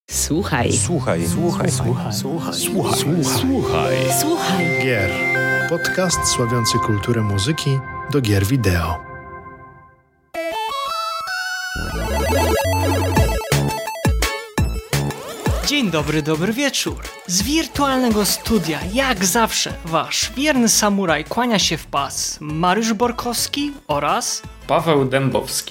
Słuchaj. Słuchaj. Słuchaj. Słuchaj. Słuchaj. Słuchaj. Słuchaj. Słuchaj. Gier. Podcast sławiący kulturę muzyki do gier wideo. Dzień dobry, dobry wieczór. Z wirtualnego studia, jak zawsze, wasz wierny samuraj kłania się w pas Mariusz Borkowski oraz Paweł Dębowski.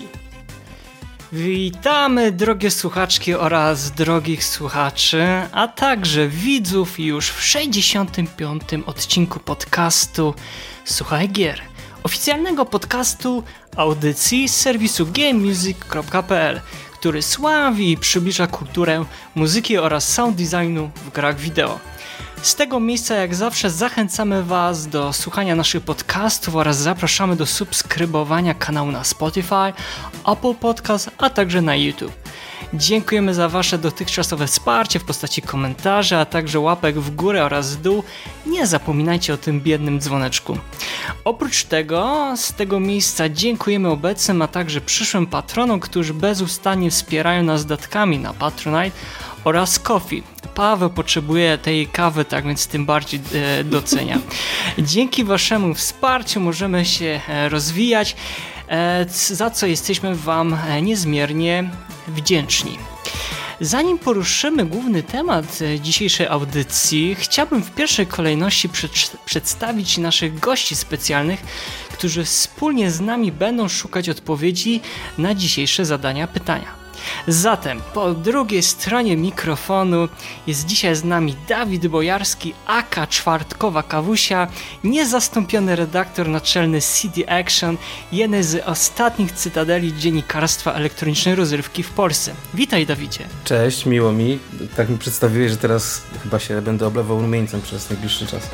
Witamy drogie słuchaczki oraz drogich słuchaczy, a także widzów już w 65. odcinku podcastu Słuchaj Gier, oficjalnego podcastu audycji z serwisu gamemusic.pl, który sławi i przybliża kulturę muzyki oraz sound designu w grach wideo. Z tego miejsca jak zawsze zachęcamy Was do słuchania naszych podcastów oraz zapraszamy do subskrybowania kanału na Spotify, Apple Podcast, a także na YouTube. Dziękujemy za Wasze dotychczasowe wsparcie w postaci komentarzy, a także łapek w górę oraz w dół. Nie zapominajcie o tym biednym dzwoneczku. Oprócz tego, z tego miejsca dziękujemy obecnym, a także przyszłym patronom, którzy bezustannie wspierają nas datkami na Patronite oraz Ko-fi. Paweł potrzebuje tej kawy, tak więc tym bardziej docenia. Dzięki Waszemu wsparciu możemy się rozwijać, za co jesteśmy Wam niezmiernie wdzięczni. Zanim poruszymy główny temat dzisiejszej audycji, chciałbym w pierwszej kolejności przedstawić naszych gości specjalnych, którzy wspólnie z nami będą szukać odpowiedzi na dzisiejsze zadania pytania. Zatem po drugiej stronie mikrofonu jest dzisiaj z nami Dawid Bojarski, aka Czwartkowa Kawusia, niezastąpiony redaktor naczelny CD Action, jeden z ostatnich cytadeli dziennikarstwa elektronicznej rozrywki w Polsce. Witaj, Dawidzie. Cześć, miło mi. Tak mi przedstawiłeś, że teraz chyba się będę oblewał rumieńcem przez najbliższy czas.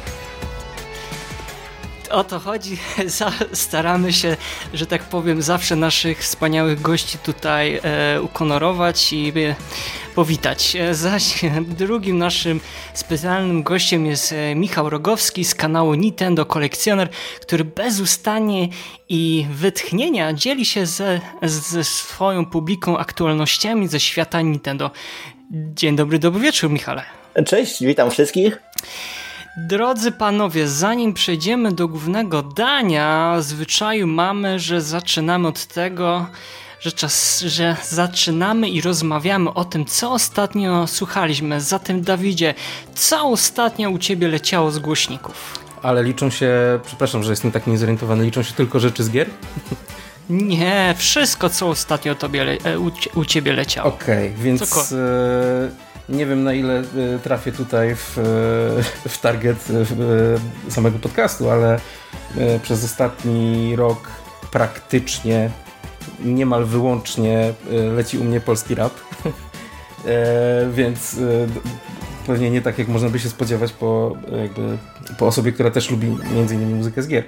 O to chodzi, staramy się, że tak powiem, zawsze naszych wspaniałych gości tutaj ukonorować i powitać. Zaś drugim naszym specjalnym gościem jest Michał Rogowski z kanału Nintendo Kolekcjoner, który bezustannie i wytchnienia dzieli się ze swoją publiką aktualnościami ze świata Nintendo. Dzień dobry, dobry wieczór, Michale. Cześć, witam wszystkich. Drodzy panowie, zanim przejdziemy do głównego dania, zwyczaju mamy, że zaczynamy od tego, że zaczynamy i rozmawiamy o tym, co ostatnio słuchaliśmy. Zatem, Dawidzie, co ostatnio u ciebie leciało z głośników? Ale liczą się, przepraszam, że jestem tak niezorientowany, liczą się tylko rzeczy z gier? Nie, wszystko, co ostatnio u ciebie leciało. Okej, więc nie wiem, na ile trafię tutaj w target samego podcastu, ale przez ostatni rok praktycznie niemal wyłącznie leci u mnie polski rap, więc pewnie nie tak, jak można by się spodziewać po osobie, która też lubi m.in. muzykę z gier.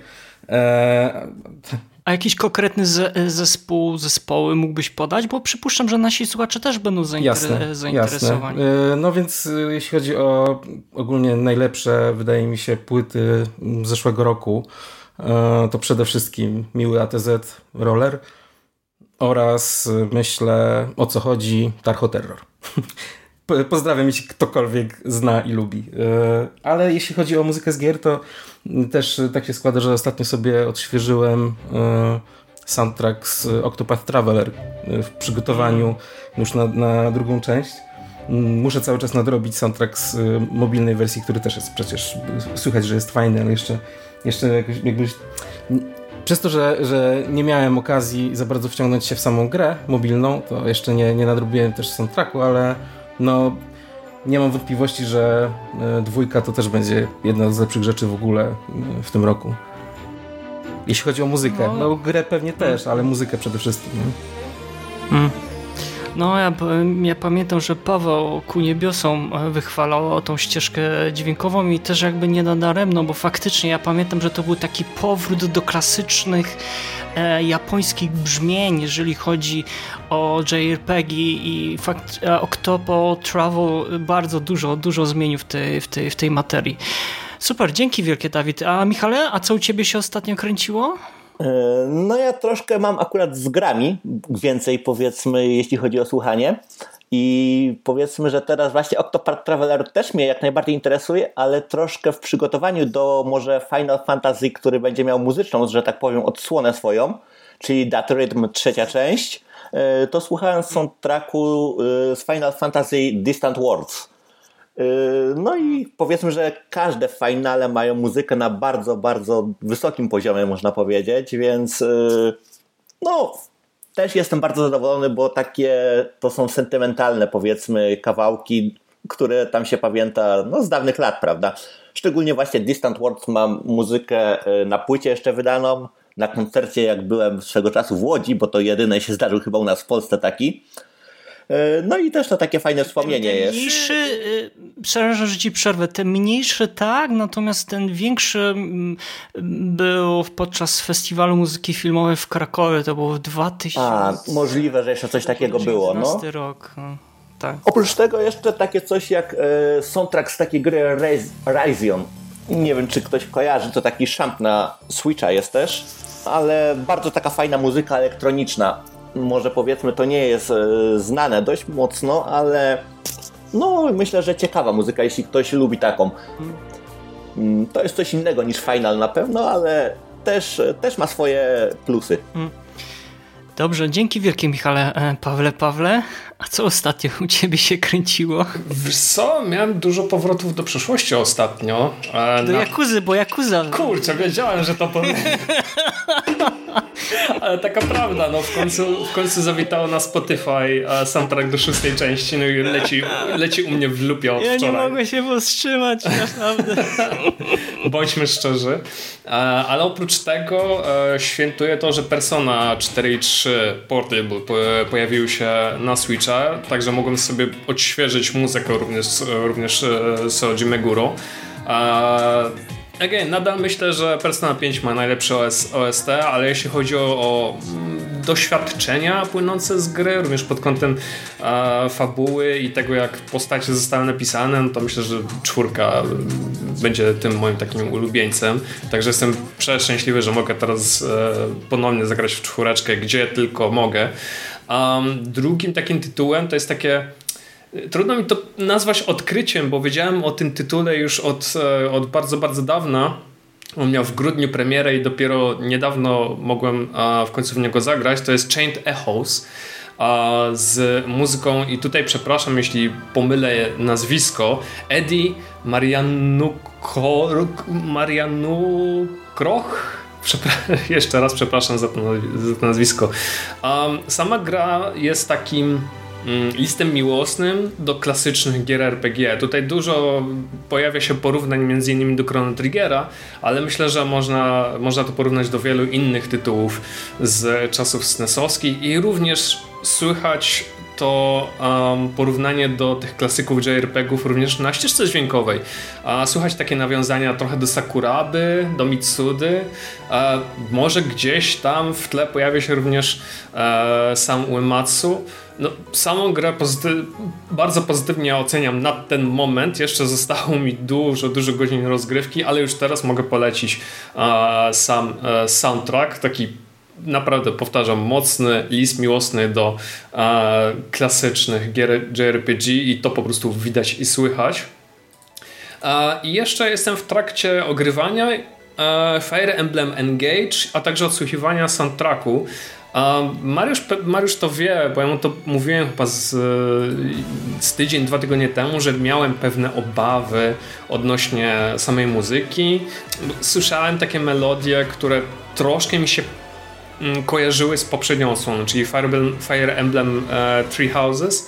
A jakiś konkretny zespoły mógłbyś podać? Bo przypuszczam, że nasi słuchacze też będą zainteresowani. Jasne. No więc jeśli chodzi o ogólnie najlepsze, wydaje mi się, płyty zeszłego roku, to przede wszystkim Miły ATZ Roller oraz myślę, o co chodzi, Tarcho Terror. Pozdrawiam, jeśli ktokolwiek zna i lubi. Ale jeśli chodzi o muzykę z gier, to też tak się składa, że ostatnio sobie odświeżyłem soundtrack z Octopath Traveler w przygotowaniu już na drugą część. Muszę cały czas nadrobić soundtrack z mobilnej wersji, który też jest przecież, słychać, że jest fajny, ale jeszcze jakbyś... Przez to, że nie miałem okazji za bardzo wciągnąć się w samą grę mobilną, to jeszcze nie nadrobiłem też soundtracku, ale no nie mam wątpliwości, że dwójka to też będzie jedna z lepszych rzeczy w ogóle w tym roku. Jeśli chodzi o muzykę. No grę pewnie też, ale muzykę przede wszystkim. No ja pamiętam, że Paweł ku niebiosom wychwalał tą ścieżkę dźwiękową i też jakby nie nadaremno, bo faktycznie ja pamiętam, że to był taki powrót do klasycznych japońskich brzmień, jeżeli chodzi o JRPG i Octopath Travel bardzo dużo zmienił w tej materii. Super, dzięki wielkie, Dawid. A Michale, a co u ciebie się ostatnio kręciło? No ja troszkę mam akurat z grami więcej, powiedzmy, jeśli chodzi o słuchanie. I powiedzmy, że teraz właśnie Octopath Traveler też mnie jak najbardziej interesuje, ale troszkę w przygotowaniu do może Final Fantasy, który będzie miał muzyczną, że tak powiem, odsłonę swoją, czyli That Rhythm 3. część, to słuchałem soundtracku z Final Fantasy Distant Worlds. No i powiedzmy, że każde finale mają muzykę na bardzo, bardzo wysokim poziomie, można powiedzieć, więc no też jestem bardzo zadowolony, bo takie to są sentymentalne, powiedzmy, kawałki, które tam się pamięta z dawnych lat, prawda? Szczególnie właśnie Distant Worlds mam muzykę na płycie jeszcze wydaną, na koncercie jak byłem swego czasu w Łodzi, bo to jedyny się zdarzył chyba u nas w Polsce taki. No i też to takie fajne wspomnienie ten jest. Mniejszy, przepraszam, że ci przerwę, ten mniejszy tak, natomiast ten większy był podczas festiwalu muzyki filmowej w Krakowie, to było w 2000... możliwe, że jeszcze coś takiego było. No. Rok. Tak. Oprócz tego jeszcze takie coś jak soundtrack z takiej gry Ryzion. Nie wiem, czy ktoś kojarzy, to taki szamp na Switcha jest też, ale bardzo taka fajna muzyka elektroniczna. Może powiedzmy, to nie jest znane dość mocno, ale no myślę, że ciekawa muzyka, jeśli ktoś lubi taką. To jest coś innego niż Final na pewno, ale też ma swoje plusy. Dobrze, dzięki wielkie Michale. Pawle, a co ostatnio u ciebie się kręciło? Wiesz co, miałem dużo powrotów do przeszłości ostatnio. Do Jakuzy, bo Jakuza... Kurczę, wiedziałem, że to powiem. Ale taka prawda, no w końcu zawitało na Spotify soundtrack do 6. części, no i leci u mnie w lupie od wczoraj. Ja nie mogę się powstrzymać, naprawdę. Bądźmy szczerzy. Ale oprócz tego świętuję to, że Persona 4.3 Portable pojawił się na Switcha, także mogłem sobie odświeżyć muzykę również z Koji Meguro. Nadal myślę, że Persona 5 ma najlepsze OST, ale jeśli chodzi o doświadczenia płynące z gry, również pod kątem fabuły i tego, jak postacie zostały napisane, no to myślę, że 4 będzie tym moim takim ulubieńcem. Także jestem przeszczęśliwy, że mogę teraz ponownie zagrać w 4, gdzie tylko mogę. Drugim takim tytułem to jest takie... Trudno mi to nazwać odkryciem, bo wiedziałem o tym tytule już od bardzo, bardzo dawna. On miał w grudniu premierę i dopiero niedawno mogłem w końcu w niego zagrać. To jest Chained Echoes z muzyką, i tutaj przepraszam, jeśli pomylę nazwisko, Eddie Marianukroch. Jeszcze raz przepraszam za to nazwisko. Sama gra jest takim listem miłosnym do klasycznych gier RPG. Tutaj dużo pojawia się porównań między innymi do Chrono Triggera, ale myślę, że można to porównać do wielu innych tytułów z czasów SNES-owskich i również słychać to porównanie do tych klasyków JRPG-ów również na ścieżce dźwiękowej. Słychać takie nawiązania trochę do Sakuraby, do Mitsudy. Może gdzieś tam w tle pojawia się również sam Uematsu. No, samą grę bardzo pozytywnie oceniam na ten moment. Jeszcze zostało mi dużo godzin rozgrywki, ale już teraz mogę polecić sam soundtrack, taki naprawdę, powtarzam, mocny list miłosny do klasycznych gier JRPG i to po prostu widać i słychać. I jeszcze jestem w trakcie ogrywania Fire Emblem Engage, a także odsłuchiwania soundtracku. Mariusz to wie, bo ja mu to mówiłem chyba z tydzień, 2 tygodnie temu, że miałem pewne obawy odnośnie samej muzyki. Słyszałem takie melodie, które troszkę mi się kojarzyły z poprzednią odsłoną, czyli Fire Emblem Three Houses,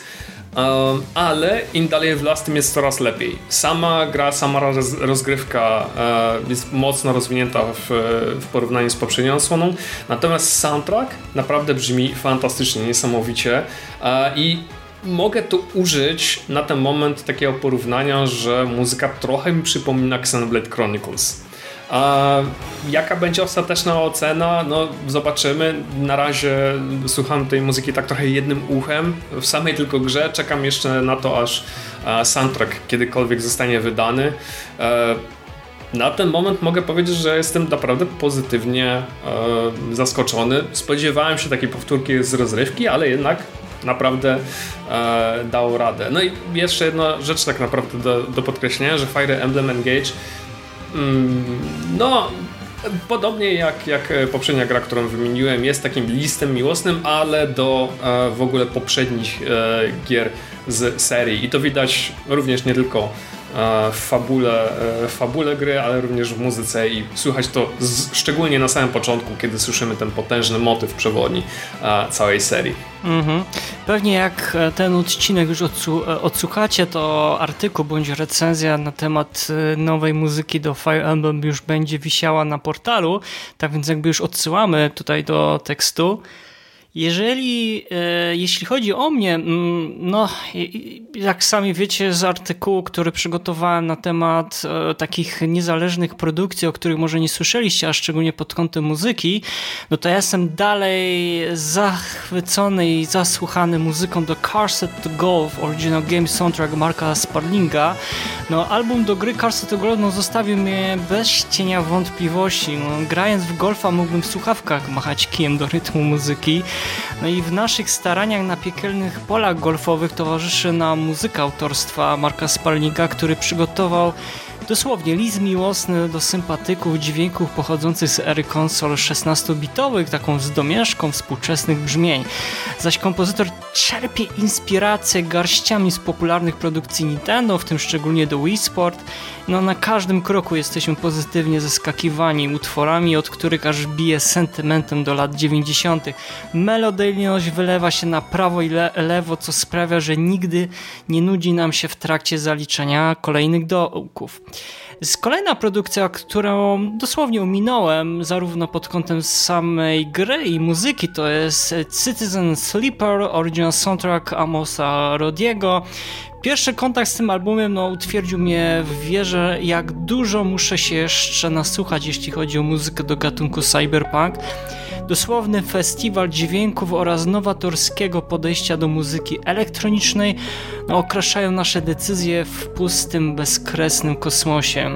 ale im dalej w las, tym jest coraz lepiej. Sama gra, sama rozgrywka jest mocno rozwinięta w porównaniu z poprzednią odsłoną, natomiast soundtrack naprawdę brzmi fantastycznie, niesamowicie i mogę tu użyć na ten moment takiego porównania, że muzyka trochę mi przypomina Xenoblade Chronicles. Jaka będzie ostateczna ocena? No zobaczymy. Na razie słucham tej muzyki tak trochę jednym uchem w samej tylko grze. Czekam jeszcze na to, aż soundtrack kiedykolwiek zostanie wydany. Na ten moment mogę powiedzieć, że jestem naprawdę pozytywnie zaskoczony. Spodziewałem się takiej powtórki z rozrywki, ale jednak naprawdę dało radę. No i jeszcze jedna rzecz tak naprawdę do podkreślenia, że Fire Emblem Engage no podobnie jak poprzednia gra, którą wymieniłem, jest takim listem miłosnym, ale do w ogóle poprzednich gier z serii. I to widać również nie tylko w fabule gry, ale również w muzyce i słychać to szczególnie na samym początku, kiedy słyszymy ten potężny motyw przewodni całej serii. Pewnie jak ten odcinek już odsłuchacie, to artykuł bądź recenzja na temat nowej muzyki do Fire Emblem już będzie wisiała na portalu, tak więc jakby już odsyłamy tutaj do tekstu. Jeśli chodzi o mnie, no jak sami wiecie z artykułu, który przygotowałem na temat takich niezależnych produkcji, o których może nie słyszeliście, a szczególnie pod kątem muzyki, no to ja jestem dalej zachwycony i zasłuchany muzyką do Cars to Golf, Original Game Soundtrack Marka Sparlinga. No album do gry Cars to Golf zostawił mnie bez cienia wątpliwości. No, grając w golfa mógłbym w słuchawkach machać kijem do rytmu muzyki. No i w naszych staraniach na piekielnych polach golfowych towarzyszy nam muzyka autorstwa Marka Sparlinga, który przygotował dosłownie list miłosny do sympatyków dźwięków pochodzących z ery konsol 16-bitowych, taką zdomieszką współczesnych brzmień. Zaś kompozytor czerpie inspirację garściami z popularnych produkcji Nintendo, w tym szczególnie do Wii Sport. No na każdym kroku jesteśmy pozytywnie zaskakiwani utworami, od których aż bije sentymentem do lat 90. Melodyjność wylewa się na prawo i lewo, co sprawia, że nigdy nie nudzi nam się w trakcie zaliczenia kolejnych dołków. Kolejna produkcja, którą dosłownie ominąłem, zarówno pod kątem samej gry i muzyki, to jest Citizen Sleeper, Original Soundtrack Amosa Rodiego. Pierwszy kontakt z tym albumem utwierdził mnie w wierze, jak dużo muszę się jeszcze nasłuchać, jeśli chodzi o muzykę do gatunku cyberpunk. Dosłowny festiwal dźwięków oraz nowatorskiego podejścia do muzyki elektronicznej okraszają nasze decyzje w pustym, bezkresnym kosmosie.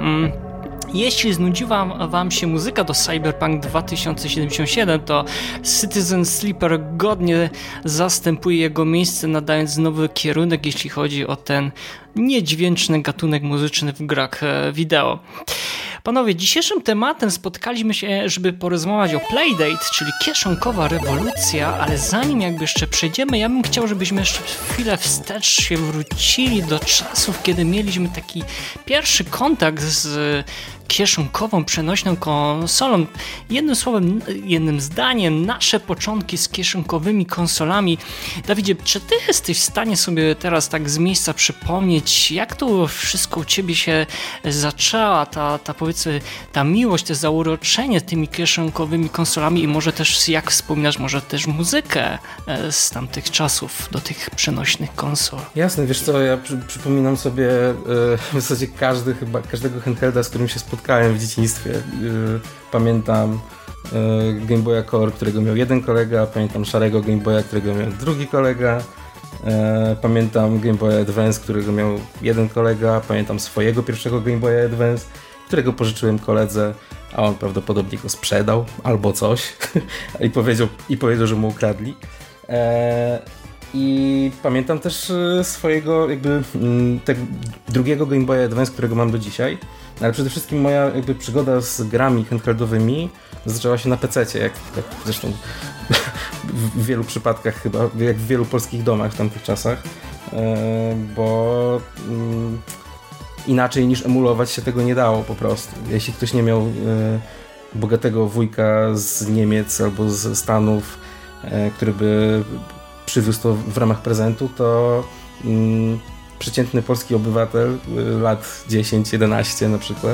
Jeśli znudziła wam się muzyka do Cyberpunk 2077, to Citizen Sleeper godnie zastępuje jego miejsce, nadając nowy kierunek, jeśli chodzi o ten niedźwięczny gatunek muzyczny w grach wideo. Panowie, dzisiejszym tematem spotkaliśmy się, żeby porozmawiać o Playdate, czyli kieszonkowa rewolucja, ale zanim jakby jeszcze przejdziemy, ja bym chciał, żebyśmy jeszcze chwilę wstecz się wrócili do czasów, kiedy mieliśmy taki pierwszy kontakt z kieszonkową, przenośną konsolą. Jednym słowem, jednym zdaniem, nasze początki z kieszonkowymi konsolami. Dawidzie, czy ty jesteś w stanie sobie teraz tak z miejsca przypomnieć, jak to wszystko u ciebie się zaczęła, powiedzmy, ta miłość, to zauroczenie tymi kieszonkowymi konsolami i może też, jak wspominasz, może też muzykę z tamtych czasów do tych przenośnych konsol? Jasne, wiesz co, ja przypominam sobie w zasadzie każdego handhelda, z którym się spotkałem w dzieciństwie. Pamiętam Game Boya Color, którego miał jeden kolega, pamiętam szarego Game Boya, którego miał drugi kolega, pamiętam Game Boya Advance, którego miał jeden kolega, pamiętam swojego pierwszego Game Boya Advance, którego pożyczyłem koledze, a on prawdopodobnie go sprzedał albo coś i powiedział, że mu ukradli. I pamiętam też swojego tego drugiego Game Boya Advance, którego mam do dzisiaj. Ale przede wszystkim moja przygoda z grami handheldowymi zaczęła się na PC-cie, jak zresztą w wielu przypadkach chyba, jak w wielu polskich domach w tamtych czasach, bo inaczej niż emulować się tego nie dało po prostu. Jeśli ktoś nie miał bogatego wujka z Niemiec albo z Stanów, który by przywiózł to w ramach prezentu, to przeciętny polski obywatel lat 10-11 na przykład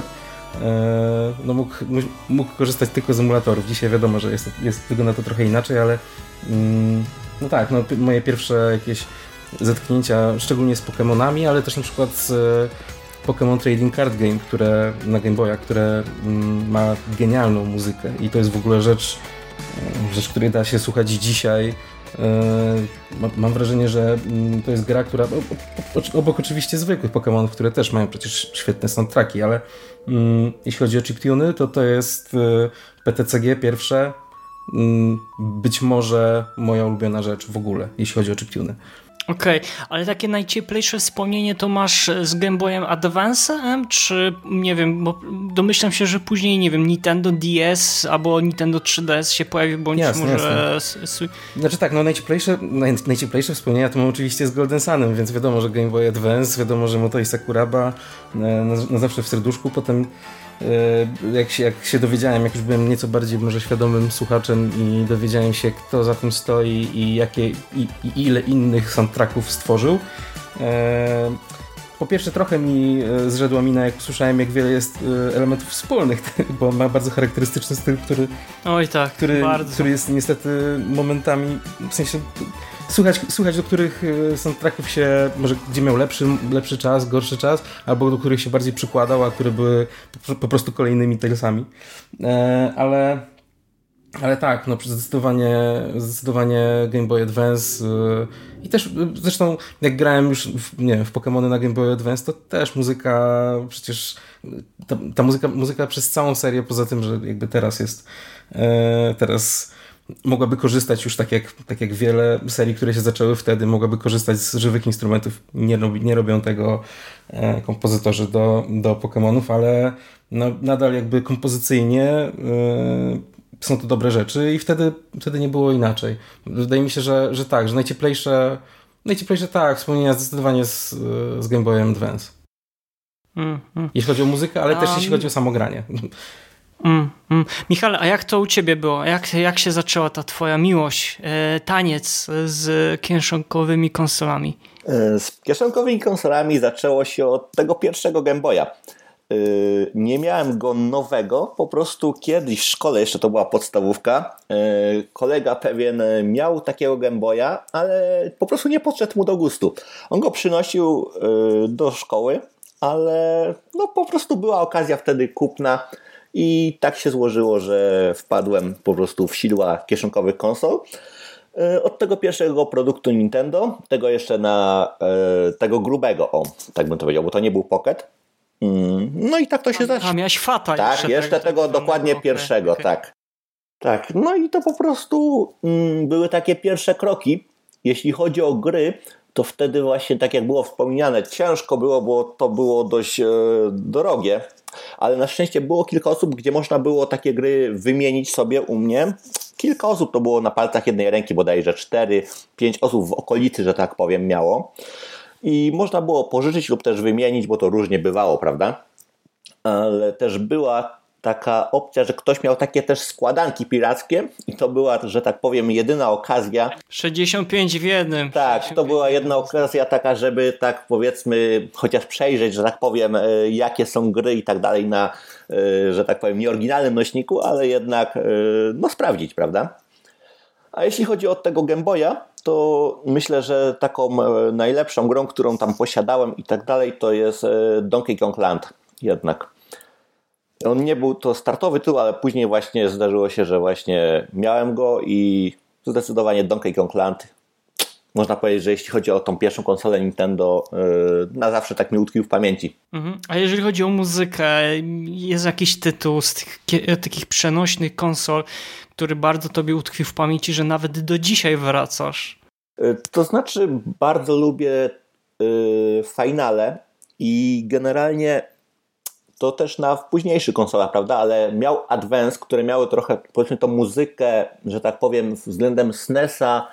mógł korzystać tylko z emulatorów. Dzisiaj wiadomo, że wygląda to trochę inaczej, ale moje pierwsze jakieś zetknięcia, szczególnie z Pokemonami, ale też na przykład z Pokémon Trading Card Game, na Game Boya, które ma genialną muzykę i to jest w ogóle rzecz, której da się słuchać dzisiaj. Mam wrażenie, że to jest gra, która obok oczywiście zwykłych Pokémonów, które też mają przecież świetne soundtracki, ale jeśli chodzi o chiptuny, to jest PTCG pierwsze, być może moja ulubiona rzecz w ogóle, jeśli chodzi o chiptuny. Okej, ale takie najcieplejsze wspomnienie to masz z Game Boyem Advance'em, czy nie wiem, bo domyślam się, że później, nie wiem, Nintendo DS albo Nintendo 3DS się pojawi, bądź jasne, może... Jasne. Znaczy tak, no najcieplejsze wspomnienia to mam oczywiście z Golden Sunem, więc wiadomo, że Game Boy Advance, wiadomo, że Motoi Sakuraba na zawsze w serduszku. Potem jak się dowiedziałem, jak już byłem nieco bardziej może świadomym słuchaczem i dowiedziałem się, kto za tym stoi i ile innych soundtracków stworzył. Po pierwsze trochę mi zrzedła mina, jak usłyszałem, jak wiele jest elementów wspólnych, bo ma bardzo charakterystyczny styl, który jest niestety momentami, w sensie słuchać do których soundtracków się, może gdzie miał lepszy czas, gorszy czas, albo do których się bardziej przykładał, a które były po prostu kolejnymi ale tak, no zdecydowanie Game Boy Advance i też zresztą jak grałem już w Pokémony na Game Boy Advance, to też muzyka, przecież ta muzyka przez całą serię, poza tym, że jakby teraz mogłaby korzystać już tak jak wiele serii, które się zaczęły wtedy, mogłaby korzystać z żywych instrumentów. Nie robią tego kompozytorzy do Pokémonów, ale no, nadal jakby kompozycyjnie są to dobre rzeczy i wtedy nie było inaczej. Wydaje mi się, że tak, że najcieplejsze tak, wspomnienia zdecydowanie z Game Boyem Advance. Jeśli chodzi o muzykę, ale też jeśli chodzi o samogranie. Michale, a jak to u ciebie było? Jak się zaczęła ta twoja miłość, taniec z kieszonkowymi konsolami? Z kieszonkowymi konsolami zaczęło się od tego pierwszego Game Boya. Nie miałem go nowego, po prostu kiedyś w szkole, jeszcze to była podstawówka, kolega pewien miał takiego Game Boya, ale po prostu nie podszedł mu do gustu. On go przynosił do szkoły, ale no po prostu była okazja wtedy kupna i tak się złożyło, że wpadłem po prostu w sidła kieszonkowych konsol. Od tego pierwszego produktu Nintendo, tego jeszcze tego grubego, tak bym to powiedział, bo to nie był Pocket. No i tak to się zaczęło. A miałeś Fata tak, jeszcze tego dokładnie pierwszego, okay. Tak, no i to po prostu były takie pierwsze kroki. Jeśli chodzi o gry, to wtedy właśnie, tak jak było wspomniane, ciężko było, bo to było dość drogie, ale na szczęście było kilka osób, gdzie można było takie gry wymienić sobie u mnie. Kilka osób to było na palcach jednej ręki, bodajże 4-5 osób w okolicy, że tak powiem, miało. I można było pożyczyć lub też wymienić, bo to różnie bywało, prawda? Ale też była taka opcja, że ktoś miał takie też składanki pirackie i to była, że tak powiem, jedyna okazja. 65 w jednym. Tak, to była jedna okazja taka, żeby tak powiedzmy chociaż przejrzeć, że tak powiem, jakie są gry i tak dalej na, że tak powiem, nieoryginalnym nośniku, ale jednak no sprawdzić, prawda? A jeśli chodzi o tego Game Boya, to myślę, że taką najlepszą grą, którą tam posiadałem i tak dalej, to jest Donkey Kong Land jednak. On nie był to startowy tytuł, ale później właśnie zdarzyło się, że właśnie miałem go i zdecydowanie Donkey Kong Land, można powiedzieć, że jeśli chodzi o tą pierwszą konsolę Nintendo, na zawsze tak mi utkwił w pamięci. A jeżeli chodzi o muzykę, jest jakiś tytuł z takich przenośnych konsol, który bardzo tobie utkwił w pamięci, że nawet do dzisiaj wracasz? To znaczy bardzo lubię Finale i generalnie to też na późniejszych konsolach, prawda, ale miał Advance, które miały trochę, powiedzmy, tą muzykę, że tak powiem, względem SNES-a,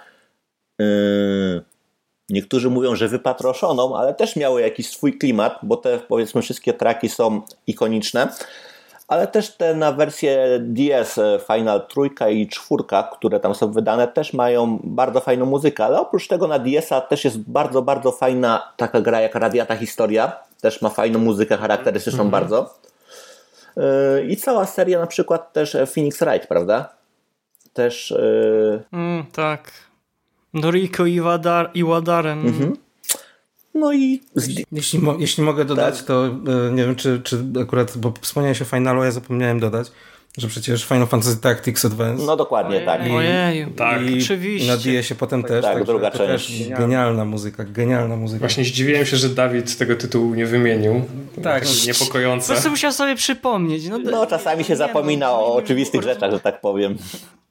niektórzy mówią, że wypatroszoną, ale też miały jakiś swój klimat, bo te, powiedzmy, wszystkie traki są ikoniczne, ale też te na wersję DS Final 3 i 4, które tam są wydane, też mają bardzo fajną muzykę, ale oprócz tego na DS-a też jest bardzo, bardzo fajna taka gra jak Radiata Historia, też ma fajną muzykę charakterystyczną bardzo. I cała seria na przykład też Phoenix Wright, prawda? Też... tak. Noriko Iwadarem. Mhm. No i... Jeśli mogę dodać, tak? To nie wiem, czy akurat, bo wspomniałeś o Finalu, ja zapomniałem dodać, że przecież Final Fantasy Tactics Advance. No dokładnie, tak. Ojeju, tak. Oczywiście. I nadbije się potem też. Tak, druga część. Też genialna muzyka. Właśnie zdziwiłem się, że Dawid tego tytułu nie wymienił. Tak. Niepokojące. Po prostu musiał sobie przypomnieć. No czasami się zapomina o oczywistych rzeczach, że tak powiem.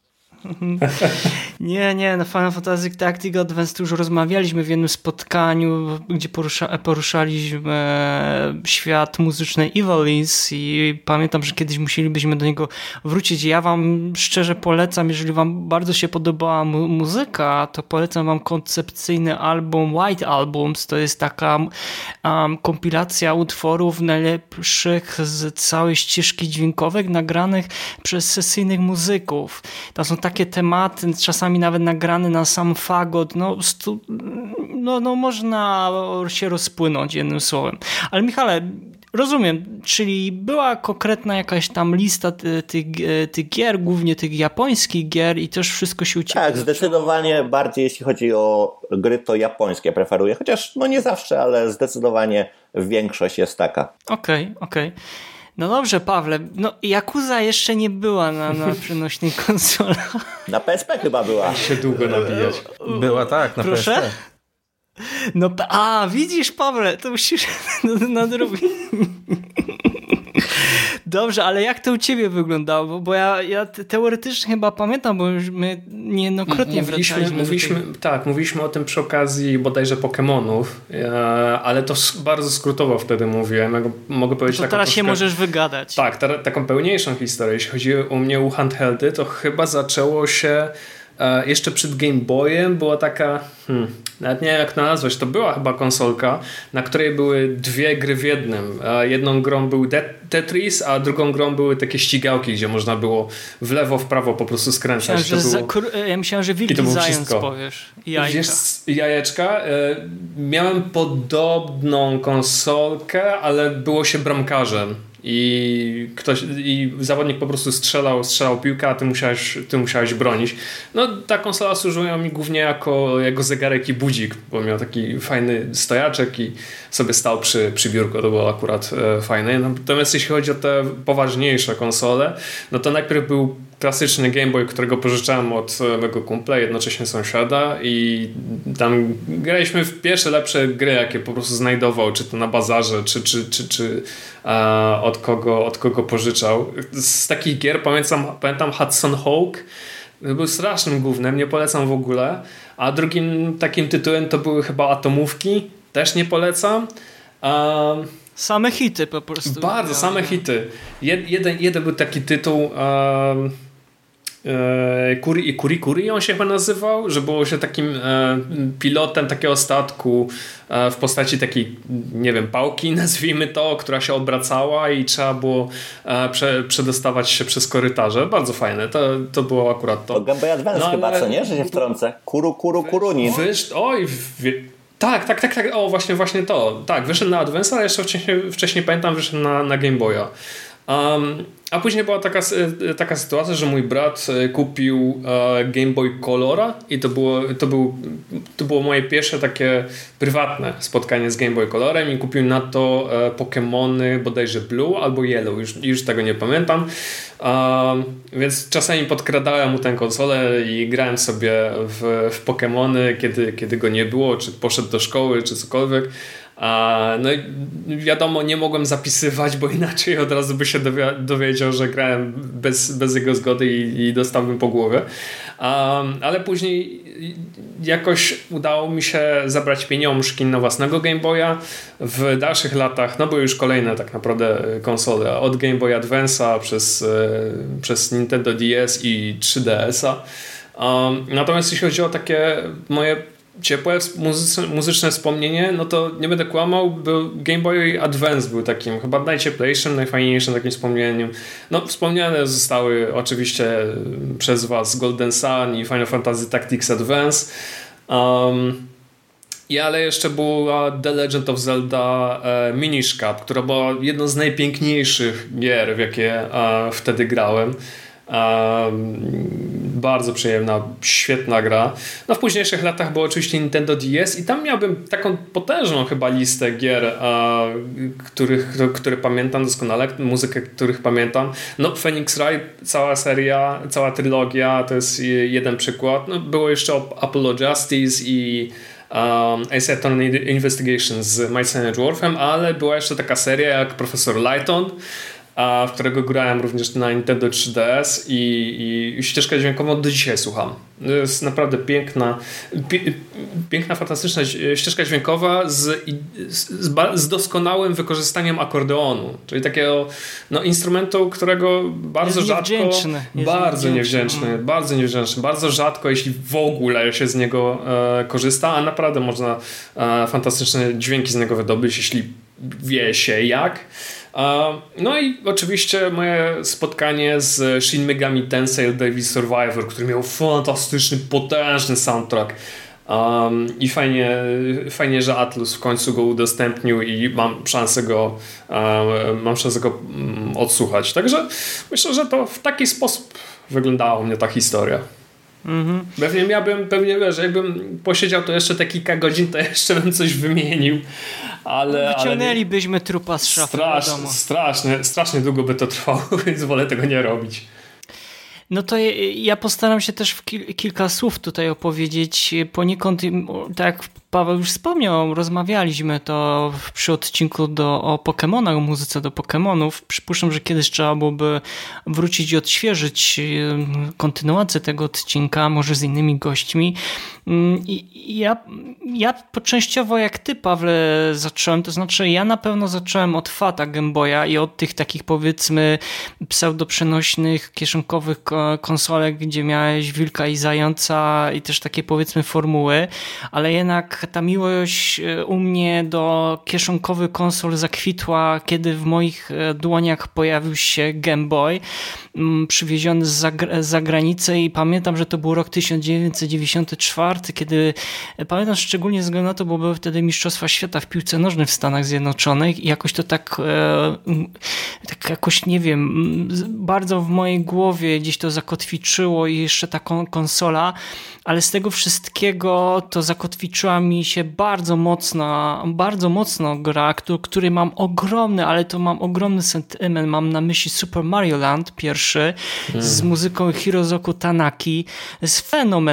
Nie, na Final Fantasy Tactics Advance już rozmawialiśmy w jednym spotkaniu, gdzie poruszaliśmy świat muzyczny Ivalice i pamiętam, że kiedyś musielibyśmy do niego wrócić. Ja wam szczerze polecam, jeżeli wam bardzo się podobała muzyka, to polecam wam koncepcyjny album White Albums. To jest taka kompilacja utworów najlepszych z całej ścieżki dźwiękowych nagranych przez sesyjnych muzyków. Tam są takie tematy, czasami nawet nagrane na sam fagot. No można się rozpłynąć jednym słowem. Ale Michale, rozumiem, czyli była konkretna jakaś tam lista tych gier, głównie tych japońskich gier i też wszystko się u ciebie... Tak, zdecydowanie bardziej jeśli chodzi o gry, to japońskie preferuję, chociaż no nie zawsze, ale zdecydowanie większość jest taka. Okej. No dobrze, Pawle, no Yakuza jeszcze nie była na przenośnej konsolach. Na PSP chyba była. Się długo nabijać. Była tak, na Proszę? PSP. No, widzisz, Pawle, to musisz nadrobić. Dobrze, ale jak to u ciebie wyglądało? Bo ja teoretycznie chyba pamiętam, bo już my niejednokrotnie wracaliśmy. Mówiliśmy o tym przy okazji bodajże Pokémonów, ale to bardzo skrótowo wtedy mówiłem. Mogę powiedzieć to teraz się możesz wygadać. Tak, taką pełniejszą historię. Jeśli chodzi o mnie u handheldy, to chyba zaczęło się jeszcze przed Game Boyem. Była taka, nawet nie wiem jak to nazwać, to była chyba konsolka, na której były dwie gry w jednym. Jedną grą był Tetris, a drugą grą były takie ścigałki, gdzie można było w lewo, w prawo po prostu skręcać. Ja myślałem, że Wilki Zając powiesz. Jajeczka. Miałem podobną konsolkę, ale było się bramkarzem. I zawodnik po prostu strzelał piłkę, a ty musiałeś bronić. No ta konsola służyła mi głównie jako zegarek i budzik, bo miał taki fajny stojaczek i sobie stał przy biurku, to było akurat fajne. Natomiast jeśli chodzi o te poważniejsze konsole, no to najpierw był klasyczny Game Boy, którego pożyczałem od mego kumpla, jednocześnie sąsiada, i tam graliśmy w pierwsze lepsze gry, jakie po prostu znajdował, czy to na bazarze, czy od kogo pożyczał. Z takich gier pamiętam Hudson Hawk, był strasznym gównem, nie polecam w ogóle, a drugim takim tytułem to były chyba Atomówki, też nie polecam. Same hity po prostu. Bardzo, same hity. Jeden był taki tytuł Kuri on się chyba nazywał, że było się takim pilotem takiego statku w postaci takiej, nie wiem, pałki nazwijmy to, która się obracała i trzeba było przedostawać się przez korytarze. Bardzo fajne, to było akurat to. To Game Boy Advance chyba, co nie? Że się wtrącę. Kurunin. Tak. O, właśnie to. Tak, wyszedł na Advance, ale jeszcze wcześniej pamiętam, wyszedł na Game Boya. A później była taka sytuacja, że mój brat kupił Game Boy Colora i to było moje pierwsze takie prywatne spotkanie z Game Boy Colorem i kupił na to Pokémony bodajże Blue albo Yellow, już tego nie pamiętam. Więc czasami podkradałem mu tę konsolę i grałem sobie w Pokémony, kiedy go nie było, czy poszedł do szkoły, czy cokolwiek. No i wiadomo, nie mogłem zapisywać, bo inaczej od razu by się dowiedział, że grałem bez jego zgody i dostałbym po głowie. Ale później jakoś udało mi się zabrać pieniążki na własnego Game Boya. W dalszych latach, no były już kolejne tak naprawdę konsole, od Game Boy Advance'a przez Nintendo DS i 3DS-a. Natomiast jeśli chodzi o takie moje ciepłe muzyczne wspomnienie, no to nie będę kłamał, Game Boy Advance był takim chyba najcieplejszym, najfajniejszym takim wspomnieniem. No wspomniane zostały oczywiście przez was Golden Sun i Final Fantasy Tactics Advance, ale jeszcze była The Legend of Zelda Minish Cap, która była jedną z najpiękniejszych gier, w jakie wtedy grałem. Bardzo przyjemna, świetna gra. No w późniejszych latach było oczywiście Nintendo DS i tam miałbym taką potężną chyba listę gier, które pamiętam doskonale, muzykę, których pamiętam. No Phoenix Wright, cała seria, cała trylogia to jest jeden przykład. No, było jeszcze Apollo Justice i Ace Attorney Investigation z Milesem Edgeworthem, ale była jeszcze taka seria jak Profesor Layton. w którego grałem również na Nintendo 3DS i ścieżkę dźwiękową do dzisiaj słucham. To jest naprawdę piękna, fantastyczna ścieżka dźwiękowa z doskonałym wykorzystaniem akordeonu, czyli takiego instrumentu, którego bardzo rzadko, bardzo niewdzięczny, bardzo rzadko, jeśli w ogóle się z niego korzysta, a naprawdę można fantastyczne dźwięki z niego wydobyć, jeśli wie się jak. No i oczywiście moje spotkanie z Shin Megami Tensei Devil Survivor, który miał fantastyczny, potężny soundtrack. I fajnie, że Atlus w końcu go udostępnił i mam szansę go odsłuchać. Także myślę, że to w taki sposób wyglądała u mnie ta historia. Pewnie wiesz, jakbym posiedział to jeszcze te kilka godzin, to jeszcze bym coś wymienił, ale wyciągnęlibyśmy trupa z szafy. Strasznie długo by to trwało, więc wolę tego nie robić. No to ja postaram się też w kilka słów tutaj opowiedzieć. Poniekąd, tak jak Paweł już wspomniał, rozmawialiśmy to przy odcinku o Pokemonach, o muzyce do Pokemonów. Przypuszczam, że kiedyś trzeba byłoby wrócić i odświeżyć kontynuację tego odcinka, może z innymi gośćmi. I ja częściowo jak ty, Pawle, zacząłem, to znaczy ja na pewno zacząłem od Fata Game Boya i od tych takich, powiedzmy, pseudoprzenośnych, kieszonkowych konsolek, gdzie miałeś wilka i zająca i też takie, powiedzmy, formuły, ale jednak ta miłość u mnie do kieszonkowych konsol zakwitła, kiedy w moich dłoniach pojawił się Game Boy, przywieziony z zagranicy, i pamiętam, że to był rok 1994, kiedy pamiętam szczególnie ze względu na to, bo były wtedy Mistrzostwa Świata w piłce nożnej w Stanach Zjednoczonych i jakoś to tak jakoś, nie wiem, bardzo w mojej głowie gdzieś to zakotwiczyło i jeszcze ta konsola, ale z tego wszystkiego to zakotwiczyła mi się bardzo mocno gra, który mam ogromny sentyment. Mam na myśli Super Mario Land pierwszy z muzyką Hirozoku Tanaki. To jest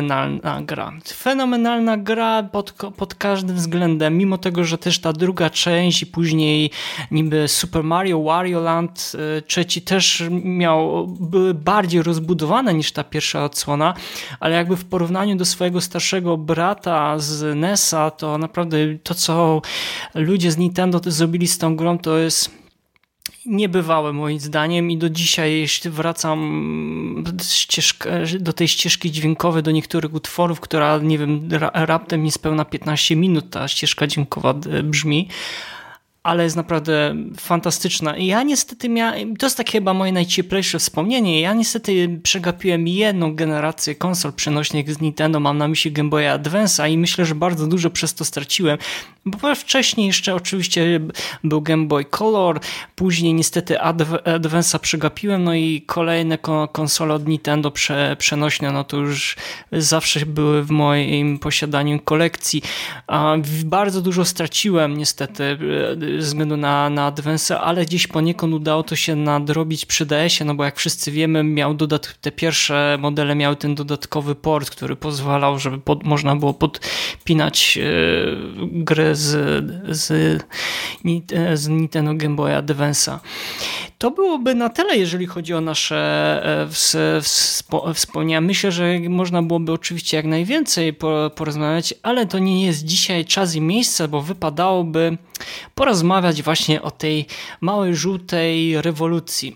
fenomenalna gra pod każdym względem, mimo tego, że też ta druga część i później niby Super Mario, Wario Land trzeci też były bardziej rozbudowane niż ta pierwsza odsłona, ale jakby w porównaniu do swojego starszego brata z NES-a, to naprawdę to, co ludzie z Nintendo zrobili z tą grą, to jest niebywałe moim zdaniem i do dzisiaj, jeśli wracam do tej ścieżki dźwiękowej, do niektórych utworów, która, nie wiem, raptem niespełna 15 minut ta ścieżka dźwiękowa brzmi, ale jest naprawdę fantastyczna. I ja niestety to jest takie chyba moje najcieplejsze wspomnienie, ja niestety przegapiłem jedną generację konsol przenośnych z Nintendo, mam na myśli Game Boya Advance'a, i myślę, że bardzo dużo przez to straciłem, bo wcześniej jeszcze oczywiście był Game Boy Color, później niestety Advance'a przegapiłem, no i kolejne konsole od Nintendo przenośne, no to już zawsze były w moim posiadaniu kolekcji. Bardzo dużo straciłem niestety ze względu na Advance'a, ale gdzieś poniekąd udało to się nadrobić przy DS-ie, no bo jak wszyscy wiemy, te pierwsze modele miały ten dodatkowy port, który pozwalał, żeby można było podpinać gry z Nintendo Game Boya Advance'a. To byłoby na tyle, jeżeli chodzi o nasze wspomnienia. Myślę, że można byłoby oczywiście jak najwięcej porozmawiać, ale to nie jest dzisiaj czas i miejsce, bo wypadałoby porozmawiać właśnie o tej małej żółtej rewolucji.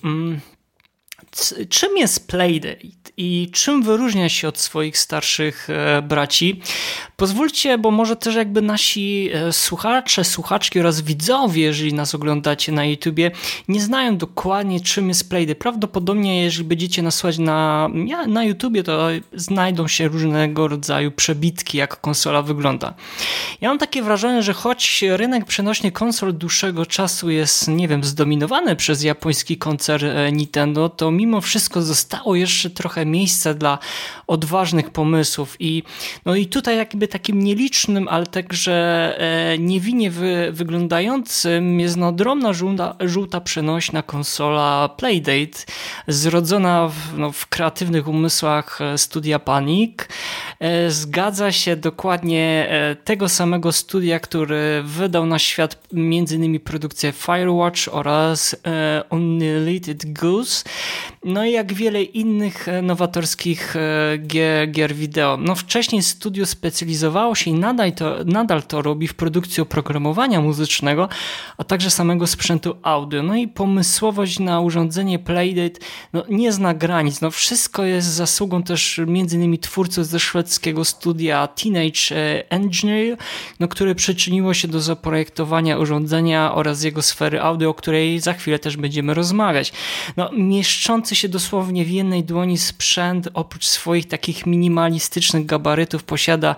Czym jest Playdate i czym wyróżnia się od swoich starszych braci? Pozwólcie, bo może też jakby nasi słuchacze, słuchaczki oraz widzowie, jeżeli nas oglądacie na YouTubie, nie znają dokładnie, czym jest Playdate. Prawdopodobnie, jeżeli będziecie nas słuchać na YouTubie, to znajdą się różnego rodzaju przebitki, jak konsola wygląda. Ja mam takie wrażenie, że choć rynek przenośny konsol od dłuższego czasu jest, nie wiem, zdominowany przez japoński koncern Nintendo, to mimo wszystko zostało jeszcze trochę miejsca dla odważnych pomysłów i tutaj jakby takim nielicznym, ale także niewinnie wyglądającym jest drobna żółta przenośna konsola Playdate, zrodzona w kreatywnych umysłach studia Panic. Zgadza się dokładnie tego samego studia, który wydał na świat m.in. produkcję Firewatch oraz Unlimited Goose, no i jak wiele innych nowatorskich gier wideo. Wcześniej studio specjalizowało się i nadal to robi w produkcji oprogramowania muzycznego, a także samego sprzętu audio. No i pomysłowość na urządzenie Playdate nie zna granic. Wszystko jest zasługą też m.in. twórców ze szwedzkiego studia Teenage Engineer, które przyczyniło się do zaprojektowania urządzenia oraz jego sfery audio, o której za chwilę też będziemy rozmawiać. Mieszczący się dosłownie w jednej dłoni sprzęt oprócz swoich takich minimalistycznych gabarytów posiada